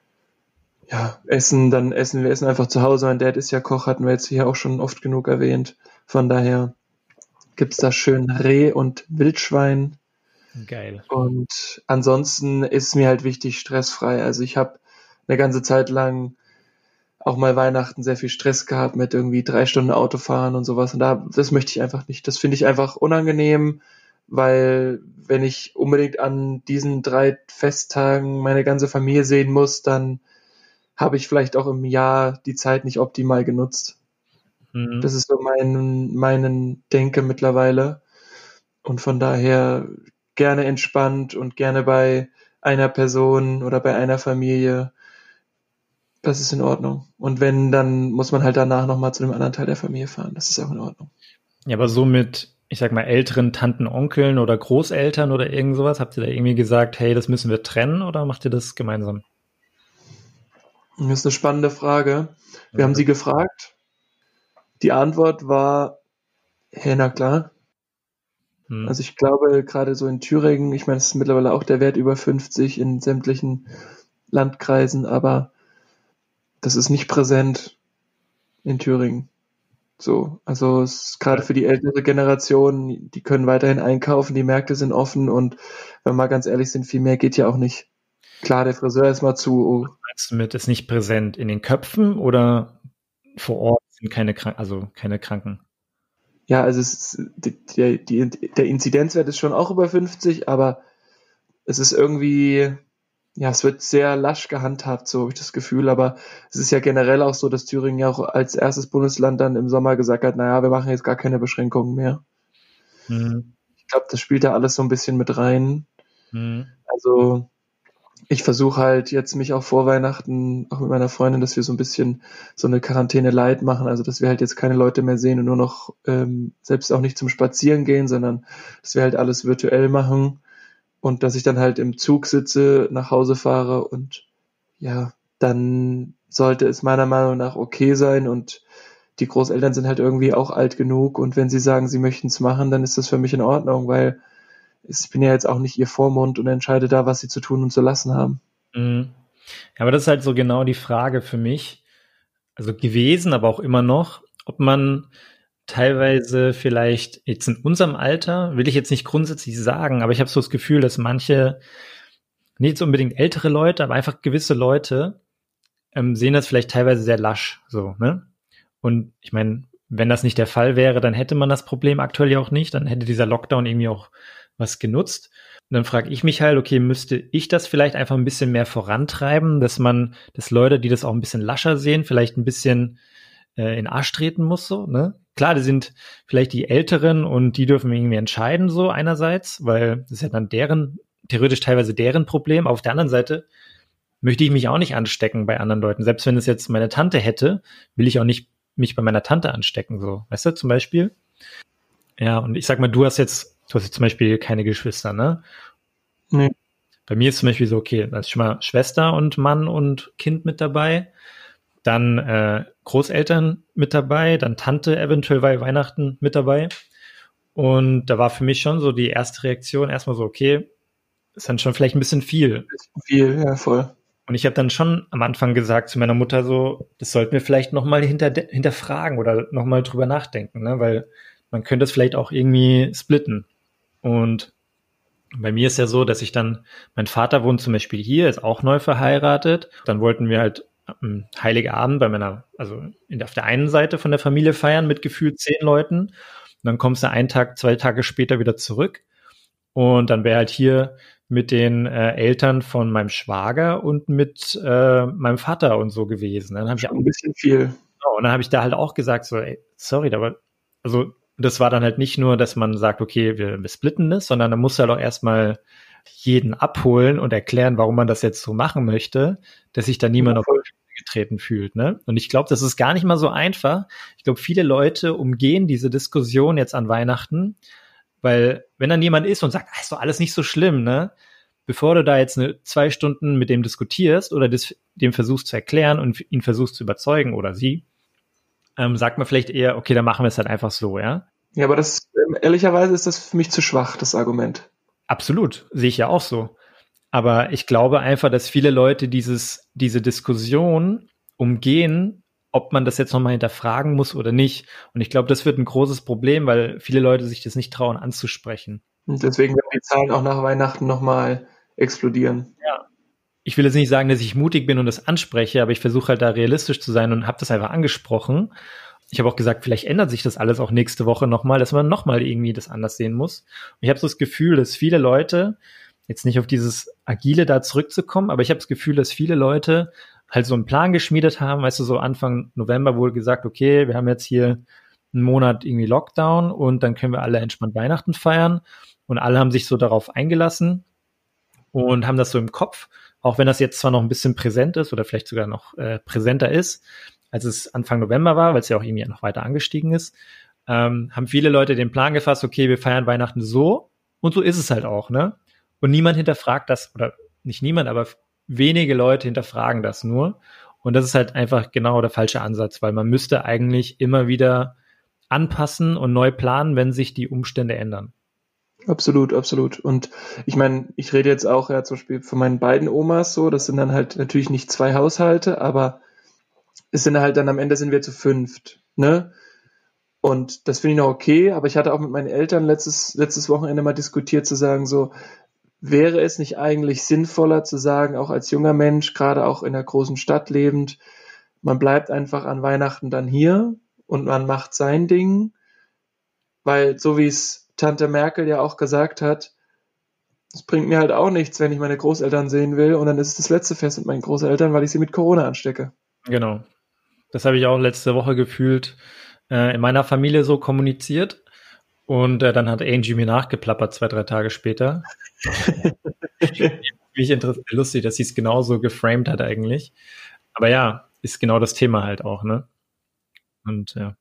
ja, wir essen einfach zu Hause. Mein Dad ist ja Koch, hatten wir jetzt hier auch schon oft genug erwähnt. Von daher gibt's da schön Reh und Wildschwein. Geil. Und ansonsten ist mir halt wichtig, stressfrei. Also ich habe eine ganze Zeit lang auch mal Weihnachten sehr viel Stress gehabt mit irgendwie 3 Stunden Autofahren und sowas. Und das möchte ich einfach nicht. Das finde ich einfach unangenehm, weil wenn ich unbedingt an diesen 3 Festtagen meine ganze Familie sehen muss, dann habe ich vielleicht auch im Jahr die Zeit nicht optimal genutzt. Mhm. Das ist so meinen Denke mittlerweile. Und von daher gerne entspannt und gerne bei einer Person oder bei einer Familie. Das ist in Ordnung. Und wenn, dann muss man halt danach nochmal zu einem anderen Teil der Familie fahren. Das ist auch in Ordnung. Ja, aber so mit, ich sag mal, älteren Tanten, Onkeln oder Großeltern oder irgend sowas, habt ihr da irgendwie gesagt, hey, das müssen wir trennen oder macht ihr das gemeinsam? Das ist eine spannende Frage. Wir haben sie gefragt. Die Antwort war, hey, na klar. Also ich glaube, gerade so in Thüringen, ich meine, es ist mittlerweile auch der Wert über 50 in sämtlichen Landkreisen, aber das ist nicht präsent in Thüringen. So, also es ist gerade für die ältere Generation, die können weiterhin einkaufen, die Märkte sind offen und wenn wir mal ganz ehrlich sind, viel mehr geht ja auch nicht. Klar, der Friseur ist mal zu. Meinst du mit, ist nicht präsent in den Köpfen oder vor Ort sind keine Kranken? Ja, also der Inzidenzwert ist schon auch über 50, aber es ist irgendwie, ja, es wird sehr lasch gehandhabt, so habe ich das Gefühl, aber es ist ja generell auch so, dass Thüringen ja auch als erstes Bundesland dann im Sommer gesagt hat, naja, wir machen jetzt gar keine Beschränkungen mehr. Mhm. Ich glaube, das spielt da alles so ein bisschen mit rein. Mhm. Also ich versuche halt jetzt mich auch vor Weihnachten, auch mit meiner Freundin, dass wir so ein bisschen so eine Quarantäne light machen, also dass wir halt jetzt keine Leute mehr sehen und nur noch selbst auch nicht zum Spazieren gehen, sondern dass wir halt alles virtuell machen und dass ich dann halt im Zug sitze, nach Hause fahre und ja, dann sollte es meiner Meinung nach okay sein und die Großeltern sind halt irgendwie auch alt genug und wenn sie sagen, sie möchten es machen, dann ist das für mich in Ordnung, weil ich bin ja jetzt auch nicht ihr Vormund und entscheide da, was sie zu tun und zu lassen haben. Mhm. Ja, aber das ist halt so genau die Frage für mich, also gewesen, aber auch immer noch, ob man teilweise vielleicht jetzt in unserem Alter, will ich jetzt nicht grundsätzlich sagen, aber ich habe so das Gefühl, dass manche, nicht so unbedingt ältere Leute, aber einfach gewisse Leute sehen das vielleicht teilweise sehr lasch, so, ne? Und ich meine, wenn das nicht der Fall wäre, dann hätte man das Problem aktuell ja auch nicht, dann hätte dieser Lockdown irgendwie auch was genutzt. Und dann frage ich mich halt, okay, müsste ich das vielleicht einfach ein bisschen mehr vorantreiben, dass Leute, die das auch ein bisschen lascher sehen, vielleicht ein bisschen in den Arsch treten muss, so, ne? Klar, die sind vielleicht die Älteren und die dürfen irgendwie entscheiden, so einerseits, weil das ist ja dann theoretisch teilweise deren Problem. Auf der anderen Seite möchte ich mich auch nicht anstecken bei anderen Leuten. Selbst wenn es jetzt meine Tante hätte, will ich auch nicht mich bei meiner Tante anstecken, so. Weißt du, zum Beispiel? Ja, und ich sag mal, du hast jetzt zum Beispiel keine Geschwister, ne? Nee. Bei mir ist zum Beispiel so, okay, da ist schon mal Schwester und Mann und Kind mit dabei, dann Großeltern mit dabei, dann Tante eventuell bei Weihnachten mit dabei. Und da war für mich schon so die erste Reaktion erstmal so, okay, ist dann schon vielleicht ein bisschen viel. Viel, ja, voll. Und ich habe dann schon am Anfang gesagt zu meiner Mutter so, das sollten wir vielleicht nochmal hinterfragen oder nochmal drüber nachdenken, ne? Weil man könnte es vielleicht auch irgendwie splitten. Und bei mir ist ja so, dass mein Vater wohnt zum Beispiel hier, ist auch neu verheiratet. Dann wollten wir halt am Heiligabend auf der einen Seite von der Familie feiern mit gefühlt 10 Leuten. Und dann kommst du 2 Tage später wieder zurück. Und dann wäre halt hier mit den Eltern von meinem Schwager und mit meinem Vater und so gewesen. Dann habe ich ein bisschen viel. Genau, und dann habe ich da halt auch gesagt, so, ey, sorry, aber also das war dann halt nicht nur, dass man sagt, okay, wir splitten das, sondern dann musst du halt auch erstmal jeden abholen und erklären, warum man das jetzt so machen möchte, dass sich da niemand auf die Füße getreten fühlt, ne? Und ich glaube, das ist gar nicht mal so einfach. Ich glaube, viele Leute umgehen diese Diskussion jetzt an Weihnachten, weil wenn dann jemand ist und sagt, ist doch alles nicht so schlimm, ne? Bevor du da jetzt 2 Stunden mit dem diskutierst oder dem versuchst zu erklären und ihn versuchst zu überzeugen oder sie, sagt man vielleicht eher, okay, dann machen wir es halt einfach so, ja? Ja, aber ehrlicherweise ist das für mich zu schwach, das Argument. Absolut, sehe ich ja auch so. Aber ich glaube einfach, dass viele Leute diese Diskussion umgehen, ob man das jetzt nochmal hinterfragen muss oder nicht. Und ich glaube, das wird ein großes Problem, weil viele Leute sich das nicht trauen anzusprechen. Und deswegen werden die Zahlen auch nach Weihnachten nochmal explodieren. Ja. Ich will jetzt nicht sagen, dass ich mutig bin und das anspreche, aber ich versuche halt da realistisch zu sein und habe das einfach angesprochen. Ich habe auch gesagt, vielleicht ändert sich das alles auch nächste Woche nochmal, dass man nochmal irgendwie das anders sehen muss. Und ich habe so das Gefühl, dass viele Leute, jetzt nicht auf dieses Agile da zurückzukommen, aber ich habe das Gefühl, dass viele Leute halt so einen Plan geschmiedet haben, weißt du, so Anfang November wohl gesagt, okay, wir haben jetzt hier einen Monat irgendwie Lockdown und dann können wir alle entspannt Weihnachten feiern. Und alle haben sich so darauf eingelassen und haben das so im Kopf, auch wenn das jetzt zwar noch ein bisschen präsent ist oder vielleicht sogar noch präsenter ist, als es Anfang November war, weil es ja auch irgendwie noch weiter angestiegen ist, haben viele Leute den Plan gefasst, okay, wir feiern Weihnachten so und so ist es halt auch, ne? Und niemand hinterfragt das, oder nicht niemand, aber wenige Leute hinterfragen das nur. Und das ist halt einfach genau der falsche Ansatz, weil man müsste eigentlich immer wieder anpassen und neu planen, wenn sich die Umstände ändern. Absolut, absolut. Und ich meine, ich rede jetzt auch ja zum Beispiel von meinen beiden Omas so, das sind dann halt natürlich nicht 2 Haushalte, aber es sind halt dann am Ende sind wir zu 5, ne? Und das finde ich noch okay, aber ich hatte auch mit meinen Eltern letztes Wochenende mal diskutiert, zu sagen, so, wäre es nicht eigentlich sinnvoller zu sagen, auch als junger Mensch, gerade auch in einer großen Stadt lebend, man bleibt einfach an Weihnachten dann hier und man macht sein Ding, weil so wie es Tante Merkel ja auch gesagt hat, es bringt mir halt auch nichts, wenn ich meine Großeltern sehen will und dann ist es das letzte Fest mit meinen Großeltern, weil ich sie mit Corona anstecke. Genau. Das habe ich auch letzte Woche gefühlt in meiner Familie so kommuniziert. Und dann hat Angie mir nachgeplappert 2, 3 Tage später. lustig, dass sie es genauso geframed hat eigentlich. Aber ja, ist genau das Thema halt auch, ne? Und ja.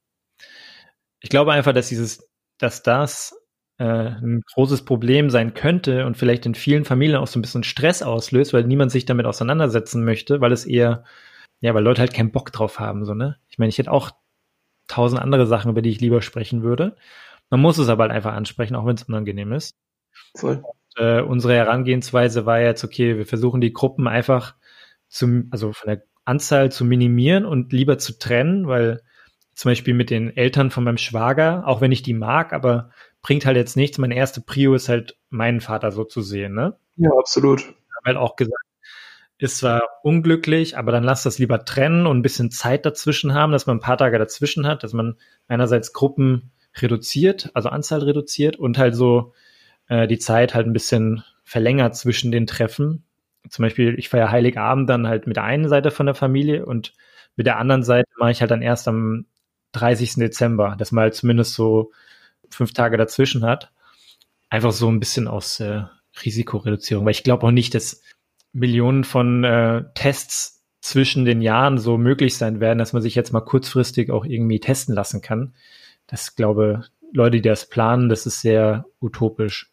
Ich glaube einfach, dass das ein großes Problem sein könnte und vielleicht in vielen Familien auch so ein bisschen Stress auslöst, weil niemand sich damit auseinandersetzen möchte, weil weil Leute halt keinen Bock drauf haben, so, ne? Ich meine, ich hätte auch 1000 andere Sachen, über die ich lieber sprechen würde. Man muss es aber halt einfach ansprechen, auch wenn es unangenehm ist. Voll. Unsere Herangehensweise war jetzt, okay, wir versuchen die Gruppen einfach also von der Anzahl zu minimieren und lieber zu trennen, weil zum Beispiel mit den Eltern von meinem Schwager, auch wenn ich die mag, aber bringt halt jetzt nichts. Meine erste Prio ist halt, meinen Vater so zu sehen, ne? Ja, absolut. Ich habe halt auch gesagt, ist zwar unglücklich, aber dann lass das lieber trennen und ein bisschen Zeit dazwischen haben, dass man ein paar Tage dazwischen hat, dass man einerseits Gruppen reduziert, also Anzahl reduziert und halt so die Zeit halt ein bisschen verlängert zwischen den Treffen. Zum Beispiel, ich feiere Heiligabend dann halt mit der einen Seite von der Familie und mit der anderen Seite mache ich halt dann erst am 30. Dezember, dass man halt zumindest so 5 Tage dazwischen hat. Einfach so ein bisschen aus Risikoreduzierung, weil ich glaube auch nicht, dass Millionen von Tests zwischen den Jahren so möglich sein werden, dass man sich jetzt mal kurzfristig auch irgendwie testen lassen kann. Das glaube Leute, die das planen, das ist sehr utopisch.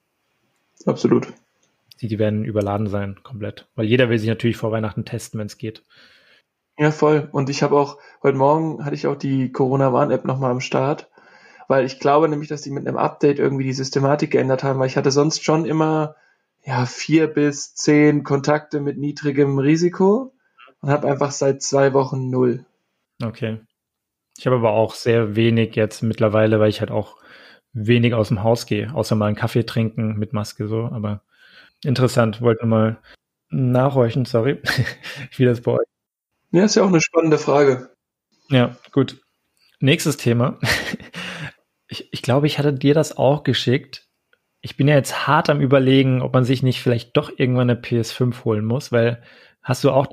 Absolut. Die werden überladen sein, komplett. Weil jeder will sich natürlich vor Weihnachten testen, wenn es geht. Ja, voll. Und ich habe auch, heute Morgen hatte ich auch die Corona-Warn-App nochmal am Start, weil ich glaube nämlich, dass die mit einem Update irgendwie die Systematik geändert haben, weil ich hatte sonst schon immer 4 bis 10 Kontakte mit niedrigem Risiko und habe einfach seit 2 Wochen 0. Okay. Ich habe aber auch sehr wenig jetzt mittlerweile, weil ich halt auch wenig aus dem Haus gehe, außer mal einen Kaffee trinken mit Maske so. Aber interessant, wollte mal nachhorchen, sorry, wie das bei euch. Ja, ist ja auch eine spannende Frage. Ja, gut. Nächstes Thema. Ich glaube, ich hatte dir das auch geschickt. Ich bin ja jetzt hart am Überlegen, ob man sich nicht vielleicht doch irgendwann eine PS5 holen muss, weil hast du auch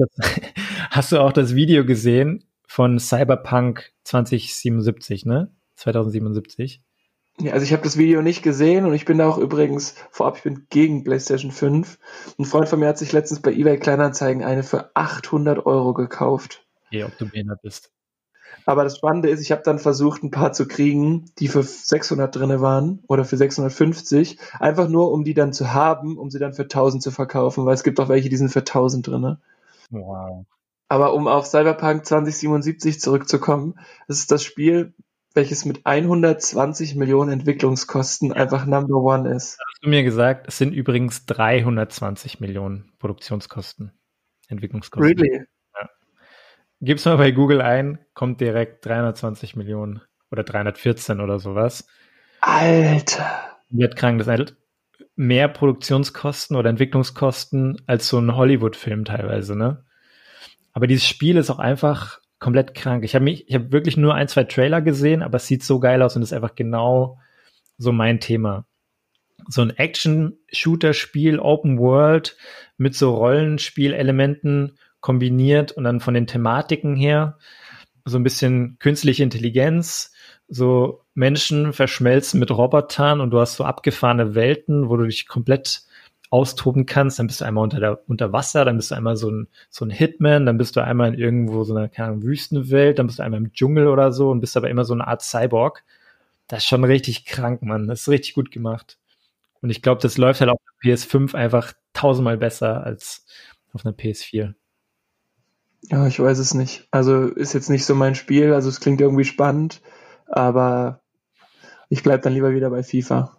das Video gesehen von Cyberpunk 2077, ne? 2077. Ja, also ich habe das Video nicht gesehen und ich bin da auch übrigens vorab, ich bin gegen PlayStation 5. Ein Freund von mir hat sich letztens bei eBay Kleinanzeigen eine für 800 Euro gekauft. Ob du behindert bist. Aber das Spannende ist, ich habe dann versucht, ein paar zu kriegen, die für 600 drinne waren oder für 650, einfach nur, um die dann zu haben, um sie dann für 1000 zu verkaufen, weil es gibt auch welche, die sind für 1000 drinne. Wow. Aber um auf Cyberpunk 2077 zurückzukommen, das ist das Spiel, welches mit 120 Millionen Entwicklungskosten einfach Number One ist. Hast du mir gesagt, es sind übrigens 320 Millionen Produktionskosten, Entwicklungskosten. Really? Ja. Gib's mal bei Google ein, kommt direkt 320 Millionen oder 314 oder sowas. Alter. Wird krank, das sind halt mehr Produktionskosten oder Entwicklungskosten als so ein Hollywood-Film teilweise, ne? Aber dieses Spiel ist auch einfach komplett krank. Ich habe wirklich nur 1, 2 Trailer gesehen, aber es sieht so geil aus und ist einfach genau so mein Thema. So ein Action-Shooter-Spiel, Open World mit so Rollenspielelementen kombiniert und dann von den Thematiken her so ein bisschen künstliche Intelligenz, so Menschen verschmelzen mit Robotern und du hast so abgefahrene Welten, wo du dich komplett austoben kannst. Dann bist du einmal unter Wasser, dann bist du einmal so ein Hitman, dann bist du einmal in irgendwo so einer, keine Ahnung, Wüstenwelt, dann bist du einmal im Dschungel oder so und bist aber immer so eine Art Cyborg. Das ist schon richtig krank, Mann. Das ist richtig gut gemacht. Und ich glaube, das läuft halt auf der PS5 einfach 1000-mal besser als auf einer PS4. Ja, ich weiß es nicht. Also ist jetzt nicht so mein Spiel, also es klingt irgendwie spannend, aber ich bleib dann lieber wieder bei FIFA.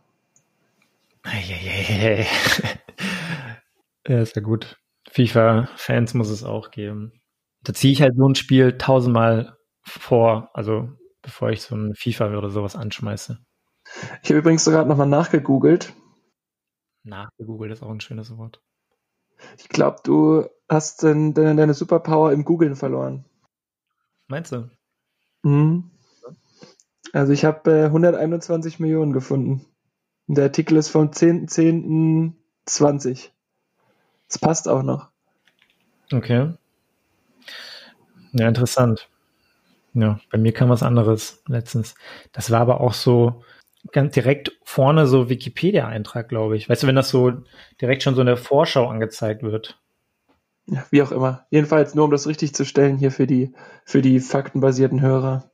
Ja, ist ja gut. FIFA-Fans muss es auch geben. Da ziehe ich halt so ein Spiel 1000-mal vor, also bevor ich so ein FIFA oder sowas anschmeiße. Ich habe übrigens sogar nochmal nachgegoogelt. Nachgegoogelt ist auch ein schönes Wort. Ich glaube, du hast deine Superpower im Googlen verloren. Meinst du? Mhm. Also ich habe 121 Millionen gefunden. Und der Artikel ist vom 10.10.20. Das passt auch noch. Okay. Ja, interessant. Ja, bei mir kam was anderes letztens. Das war aber auch so, ganz direkt vorne so Wikipedia-Eintrag, glaube ich. Weißt du, wenn das so direkt schon so in der Vorschau angezeigt wird. Ja, wie auch immer. Jedenfalls nur, um das richtig zu stellen hier für die faktenbasierten Hörer.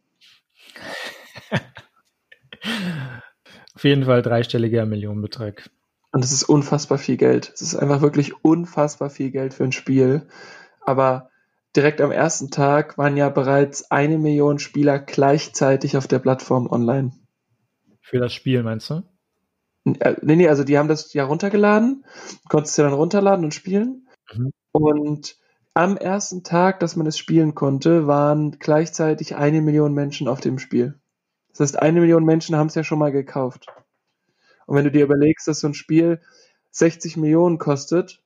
Auf jeden Fall dreistelliger Millionenbetrag. Und es ist unfassbar viel Geld. Es ist einfach wirklich unfassbar viel Geld für ein Spiel. Aber direkt am ersten Tag waren ja bereits 1 Million Spieler gleichzeitig auf der Plattform online. Für das Spiel, meinst du? Nee, also die haben das ja runtergeladen, konntest du dann runterladen und spielen. Mhm. Und am ersten Tag, dass man es spielen konnte, waren gleichzeitig 1 Million Menschen auf dem Spiel. Das heißt, 1 Million Menschen haben es ja schon mal gekauft. Und wenn du dir überlegst, dass so ein Spiel 60 Millionen kostet,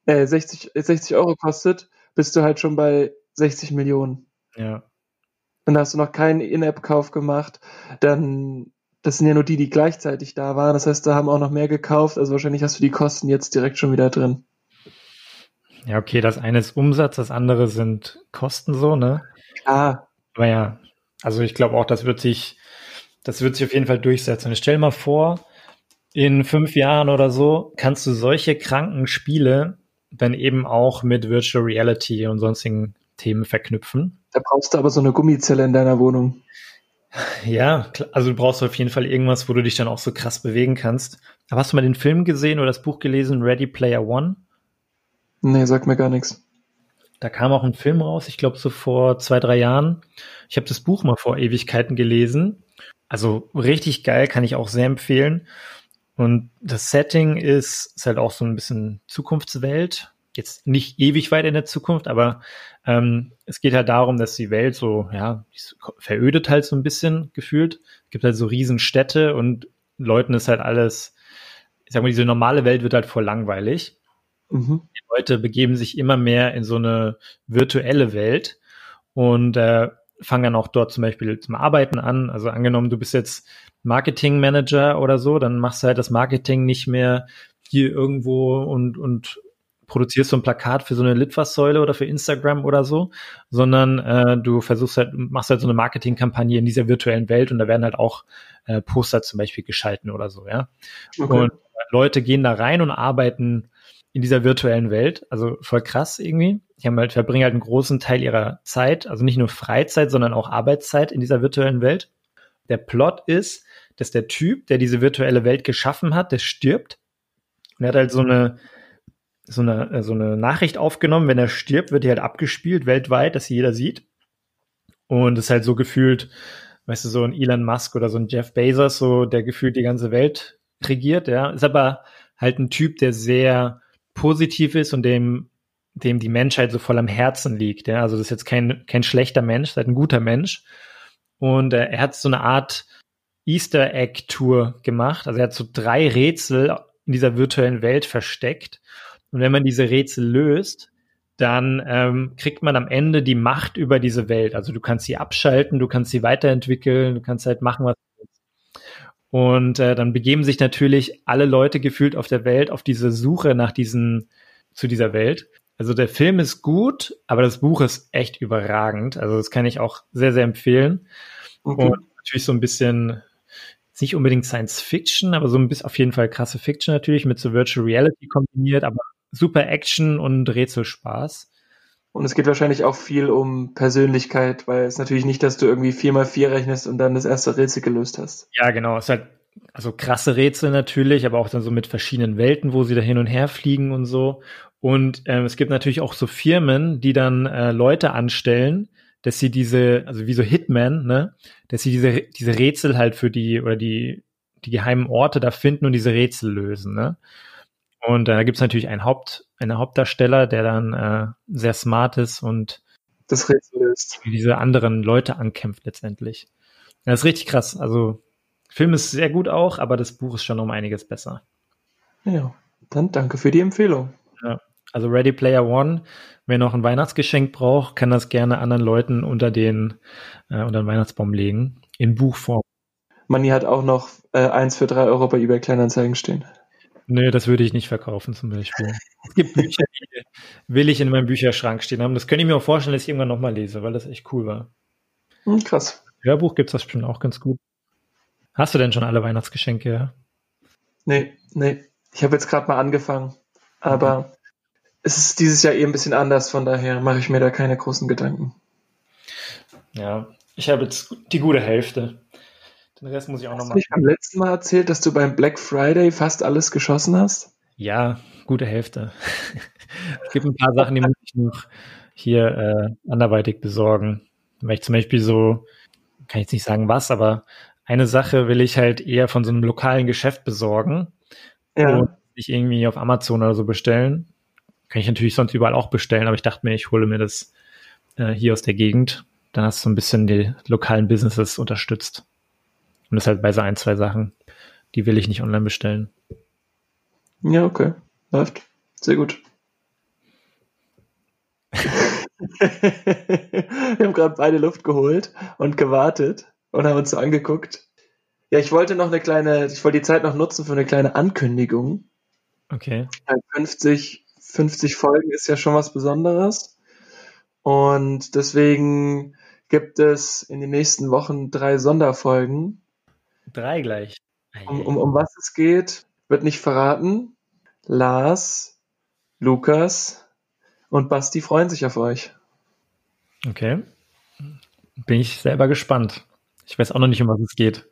60 Euro kostet, bist du halt schon bei 60 Millionen. Ja. Dann hast du noch keinen In-App-Kauf gemacht, dann, das sind ja nur die gleichzeitig da waren. Das heißt, da haben auch noch mehr gekauft, also wahrscheinlich hast du die Kosten jetzt direkt schon wieder drin. Ja, okay, das eine ist Umsatz, das andere sind Kosten so, ne? Klar. Aber ja, also ich glaube auch, das wird sich auf jeden Fall durchsetzen. Stell dir mal vor, in 5 Jahren oder so kannst du solche kranken Spiele dann eben auch mit Virtual Reality und sonstigen Themen verknüpfen. Da brauchst du aber so eine Gummizelle in deiner Wohnung. Ja, also du brauchst auf jeden Fall irgendwas, wo du dich dann auch so krass bewegen kannst. Aber hast du mal den Film gesehen oder das Buch gelesen, Ready Player One? Nee, sagt mir gar nichts. Da kam auch ein Film raus, ich glaube so vor 2, 3 Jahren. Ich habe das Buch mal vor Ewigkeiten gelesen. Also richtig geil, kann ich auch sehr empfehlen. Und das Setting ist halt auch so ein bisschen Zukunftswelt. Jetzt nicht ewig weit in der Zukunft, aber es geht halt darum, dass die Welt so, ja, verödet halt so ein bisschen gefühlt. Es gibt halt so Riesenstädte und Leuten ist halt alles, ich sag mal, diese normale Welt wird halt voll langweilig. Mhm. Die Leute begeben sich immer mehr in so eine virtuelle Welt und fangen dann auch dort zum Beispiel zum Arbeiten an. Also angenommen, du bist jetzt Marketingmanager oder so, dann machst du halt das Marketing nicht mehr hier irgendwo und produzierst so ein Plakat für so eine Litfaßsäule oder für Instagram oder so, sondern du machst halt so eine Marketingkampagne in dieser virtuellen Welt und da werden halt auch Poster zum Beispiel geschalten oder so, ja. Okay. Und Leute gehen da rein und arbeiten in dieser virtuellen Welt, also voll krass irgendwie. Verbringen halt einen großen Teil ihrer Zeit, also nicht nur Freizeit, sondern auch Arbeitszeit in dieser virtuellen Welt. Der Plot ist, dass der Typ, der diese virtuelle Welt geschaffen hat, der stirbt. Und er hat halt so eine Nachricht aufgenommen, wenn er stirbt, wird die halt abgespielt weltweit, dass sie jeder sieht. Und es ist halt so gefühlt, weißt du, so ein Elon Musk oder so ein Jeff Bezos, so der gefühlt die ganze Welt regiert, ja. Ist aber halt ein Typ, der sehr positiv ist und dem die Menschheit so voll am Herzen liegt, ja. Also das ist jetzt kein schlechter Mensch, ist halt ein guter Mensch. Und er hat so eine Art Easter Egg Tour gemacht. Also er hat so 3 Rätsel in dieser virtuellen Welt versteckt. Und wenn man diese Rätsel löst, dann kriegt man am Ende die Macht über diese Welt. Also du kannst sie abschalten, du kannst sie weiterentwickeln, du kannst halt machen, was du willst. Und dann begeben sich natürlich alle Leute gefühlt auf der Welt auf diese Suche zu dieser Welt. Also der Film ist gut, aber das Buch ist echt überragend. Also das kann ich auch sehr, sehr empfehlen. Okay. Und natürlich so ein bisschen, nicht unbedingt Science Fiction, aber so ein bisschen auf jeden Fall krasse Fiction natürlich, mit so Virtual Reality kombiniert, aber super Action und Rätselspaß. Und es geht wahrscheinlich auch viel um Persönlichkeit, weil es natürlich nicht, dass du irgendwie 4 mal 4 rechnest und dann das erste Rätsel gelöst hast. Ja, genau. Es ist halt also krasse Rätsel natürlich, aber auch dann so mit verschiedenen Welten, wo sie da hin und her fliegen und so. Und es gibt natürlich auch so Firmen, die dann Leute anstellen, dass sie also wie so Hitman, ne, dass sie diese Rätsel halt für die geheimen Orte da finden und diese Rätsel lösen, ne. Und da gibt's natürlich einen Hauptdarsteller, der dann sehr smart ist und Das Rätsel löst. diese anderen Leute ankämpft letztendlich. Das ist richtig krass. Also Film ist sehr gut auch, aber das Buch ist schon um einiges besser. Ja, dann danke für die Empfehlung. Ja. Also Ready Player One, wer noch ein Weihnachtsgeschenk braucht, kann das gerne anderen Leuten unter den Weihnachtsbaum legen. In Buchform. Manni hat auch noch 1 für 3 Euro bei eBay Kleinanzeigen stehen. Nö, das würde ich nicht verkaufen zum Beispiel. Es gibt Bücher, die will ich in meinem Bücherschrank stehen haben. Das könnte ich mir auch vorstellen, dass ich irgendwann nochmal lese, weil das echt cool war. Krass. Hörbuch gibt's das bestimmt auch ganz gut. Hast du denn schon alle Weihnachtsgeschenke? Nee. Ich habe jetzt gerade mal angefangen. Aber es ist dieses Jahr ein bisschen anders, von daher mache ich mir da keine großen Gedanken. Ja, ich habe jetzt die gute Hälfte. Den Rest muss ich auch noch Hast du machen. nicht beim letzten Mal erzählt, dass du beim Black Friday fast alles geschossen hast? Ja, gute Hälfte. Es gibt ein paar Sachen, die muss ich noch hier anderweitig besorgen. Weil ich zum Beispiel so, kann ich jetzt nicht sagen was, aber eine Sache will ich halt eher von so einem lokalen Geschäft besorgen und Ja. nicht irgendwie auf Amazon oder so bestellen. Kann ich natürlich sonst überall auch bestellen, aber ich dachte mir, ich hole mir das hier aus der Gegend. Dann hast du so ein bisschen die lokalen Businesses unterstützt. Und das halt bei so ein, zwei Sachen, die will ich nicht online bestellen. Ja, okay. Läuft. Sehr gut. Wir haben gerade beide Luft geholt und gewartet und haben uns so angeguckt. Ja, ich wollte die Zeit noch nutzen für eine kleine Ankündigung. Okay. 50 Folgen ist ja schon was Besonderes. Und deswegen gibt es in den nächsten Wochen 3 Sonderfolgen. 3 gleich. Um was es geht, wird nicht verraten. Lars, Lukas und Basti freuen sich auf euch. Okay. Bin ich selber gespannt. Ich weiß auch noch nicht, um was es geht.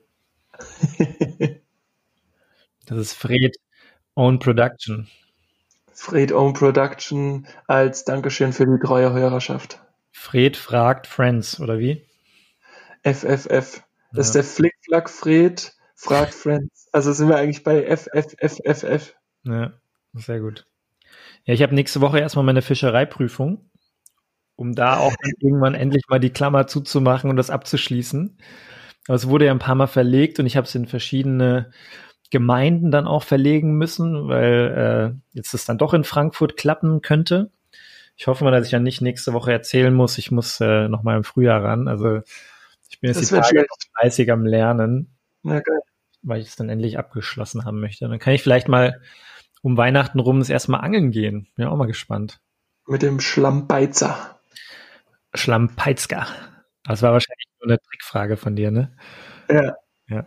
Das ist Fred Own Production. Fred Own Production als Dankeschön für die treue Hörerschaft. Fred fragt Friends, oder wie? FFF. Das ist Ja. der Flickflack Fred fragt Friends. Also sind wir eigentlich bei FFFFF. Ja, sehr gut. Ja, ich habe nächste Woche erstmal meine Fischereiprüfung, um da auch dann irgendwann endlich mal die Klammer zuzumachen und das abzuschließen. Aber es wurde ja ein paar Mal verlegt und ich habe es in verschiedene Gemeinden dann auch verlegen müssen, weil jetzt es dann doch in Frankfurt klappen könnte. Ich hoffe mal, dass ich dann nicht nächste Woche erzählen muss, ich muss noch mal im Frühjahr ran. Also ich bin jetzt Das die wird Tage schlecht. noch fleißig am Lernen, Na geil. weil ich es dann endlich abgeschlossen haben möchte. Dann kann ich vielleicht mal um Weihnachten rum das erste Mal angeln gehen. Bin auch mal gespannt. Mit dem Schlammbeizer. Schlampeizka. Das war wahrscheinlich nur eine Trickfrage von dir, ne? Ja. Ja.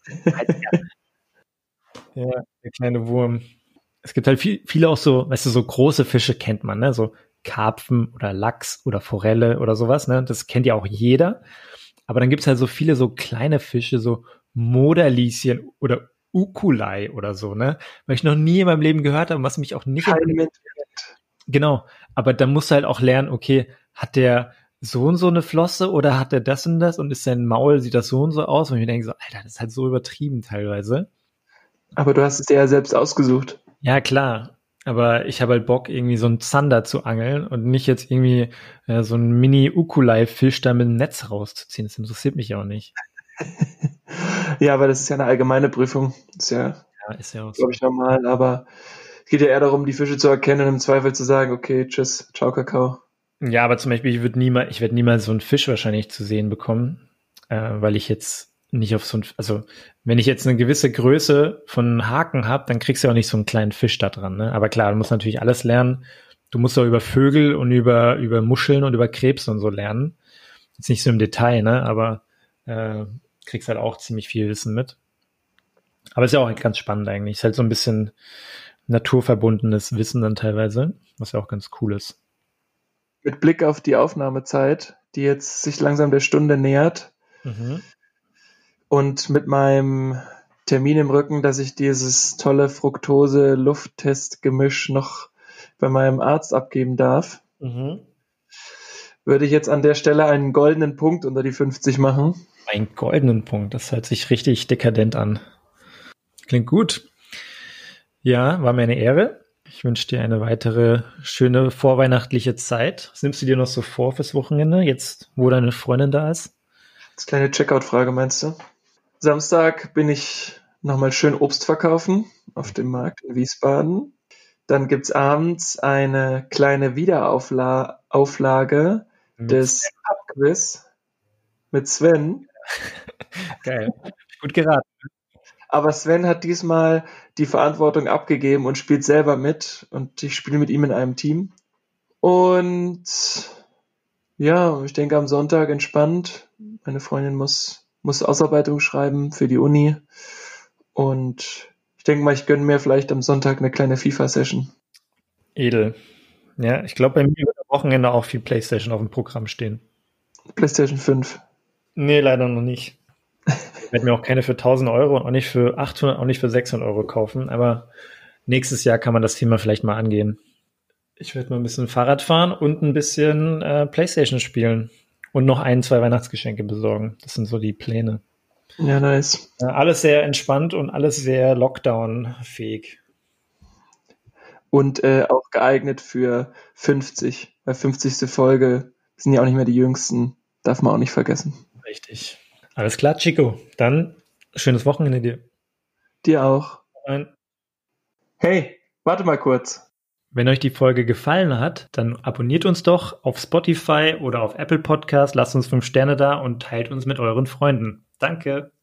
Ja, der kleine Wurm. Es gibt halt viele auch so, weißt du, so große Fische kennt man, ne? So Karpfen oder Lachs oder Forelle oder sowas, ne? Das kennt ja auch jeder. Aber dann gibt's halt so viele so kleine Fische, so Moderlieschen oder Ukulei oder so, ne? Weil ich noch nie in meinem Leben gehört habe und was mich auch nicht Kein Mensch. Genau, aber da musst du halt auch lernen, okay, hat der so und so eine Flosse oder hat der das und das und ist sein Maul, sieht das so und so aus? Und ich mir denke so, Alter, das ist halt so übertrieben teilweise. Aber du hast es dir ja selbst ausgesucht. Ja, klar, aber ich habe halt Bock, irgendwie so einen Zander zu angeln und nicht jetzt irgendwie so einen Mini-Ukulei-Fisch da mit dem Netz rauszuziehen. Das interessiert mich auch nicht. Ja, aber das ist ja eine allgemeine Prüfung. Ist ja, Ja, ist ja auch so. glaube ich, normal. Aber es geht ja eher darum, die Fische zu erkennen und im Zweifel zu sagen, okay, tschüss, ciao, Kakao. Ja, aber zum Beispiel, ich werde niemals so einen Fisch wahrscheinlich zu sehen bekommen, weil ich jetzt nicht auf so ein, also wenn ich jetzt eine gewisse Größe von Haken habe, dann kriegst du ja auch nicht so einen kleinen Fisch da dran, ne? Aber klar, du musst natürlich alles lernen. Du musst auch über Vögel und über Muscheln und über Krebs und so lernen. Jetzt nicht so im Detail, ne? Aber kriegst halt auch ziemlich viel Wissen mit. Aber ist ja auch ganz spannend eigentlich. Ist halt so ein bisschen naturverbundenes Wissen dann teilweise, was ja auch ganz cool ist. Mit Blick auf die Aufnahmezeit, die jetzt sich langsam der Stunde nähert Mhm. und mit meinem Termin im Rücken, dass ich dieses tolle Fructose-Lufttest-Gemisch noch bei meinem Arzt abgeben darf, Mhm. würde ich jetzt an der Stelle einen goldenen Punkt unter die 50 machen. Einen goldenen Punkt, das hört sich richtig dekadent an. Klingt gut. Ja, war mir eine Ehre. Ich wünsche dir eine weitere schöne vorweihnachtliche Zeit. Was nimmst du dir noch so vor fürs Wochenende, jetzt wo deine Freundin da ist? Das kleine Checkout-Frage, meinst du? Samstag bin ich nochmal schön Obst verkaufen auf dem Markt in Wiesbaden. Dann gibt's abends eine kleine Wiederauflage des Pub-Quiz mit Sven. Geil. Gut geraten. Aber Sven hat diesmal die Verantwortung abgegeben und spielt selber mit. Und ich spiele mit ihm in einem Team. Und ja, ich denke am Sonntag entspannt. Meine Freundin muss muss Ausarbeitung schreiben für die Uni. Und ich denke mal, ich gönne mir vielleicht am Sonntag eine kleine FIFA-Session. Edel. Ja, ich glaube, bei mir wird am Wochenende auch viel PlayStation auf dem Programm stehen. PlayStation 5. Nee, leider noch nicht. Ich werde mir auch keine für 1.000 Euro und auch nicht für 800, auch nicht für 600 Euro kaufen. Aber nächstes Jahr kann man das Thema vielleicht mal angehen. Ich werde mal ein bisschen Fahrrad fahren und ein bisschen PlayStation spielen. Und noch 1, 2 Weihnachtsgeschenke besorgen. Das sind so die Pläne. Ja, nice. Alles sehr entspannt und alles sehr Lockdown-fähig. Und auch geeignet für 50. Weil 50. Folge sind ja auch nicht mehr die jüngsten. Darf man auch nicht vergessen. Richtig. Alles klar, Chico. Dann schönes Wochenende dir. Dir auch. Und Hey, warte mal kurz. wenn euch die Folge gefallen hat, dann abonniert uns doch auf Spotify oder auf Apple Podcast, lasst uns 5 Sterne da und teilt uns mit euren Freunden. Danke.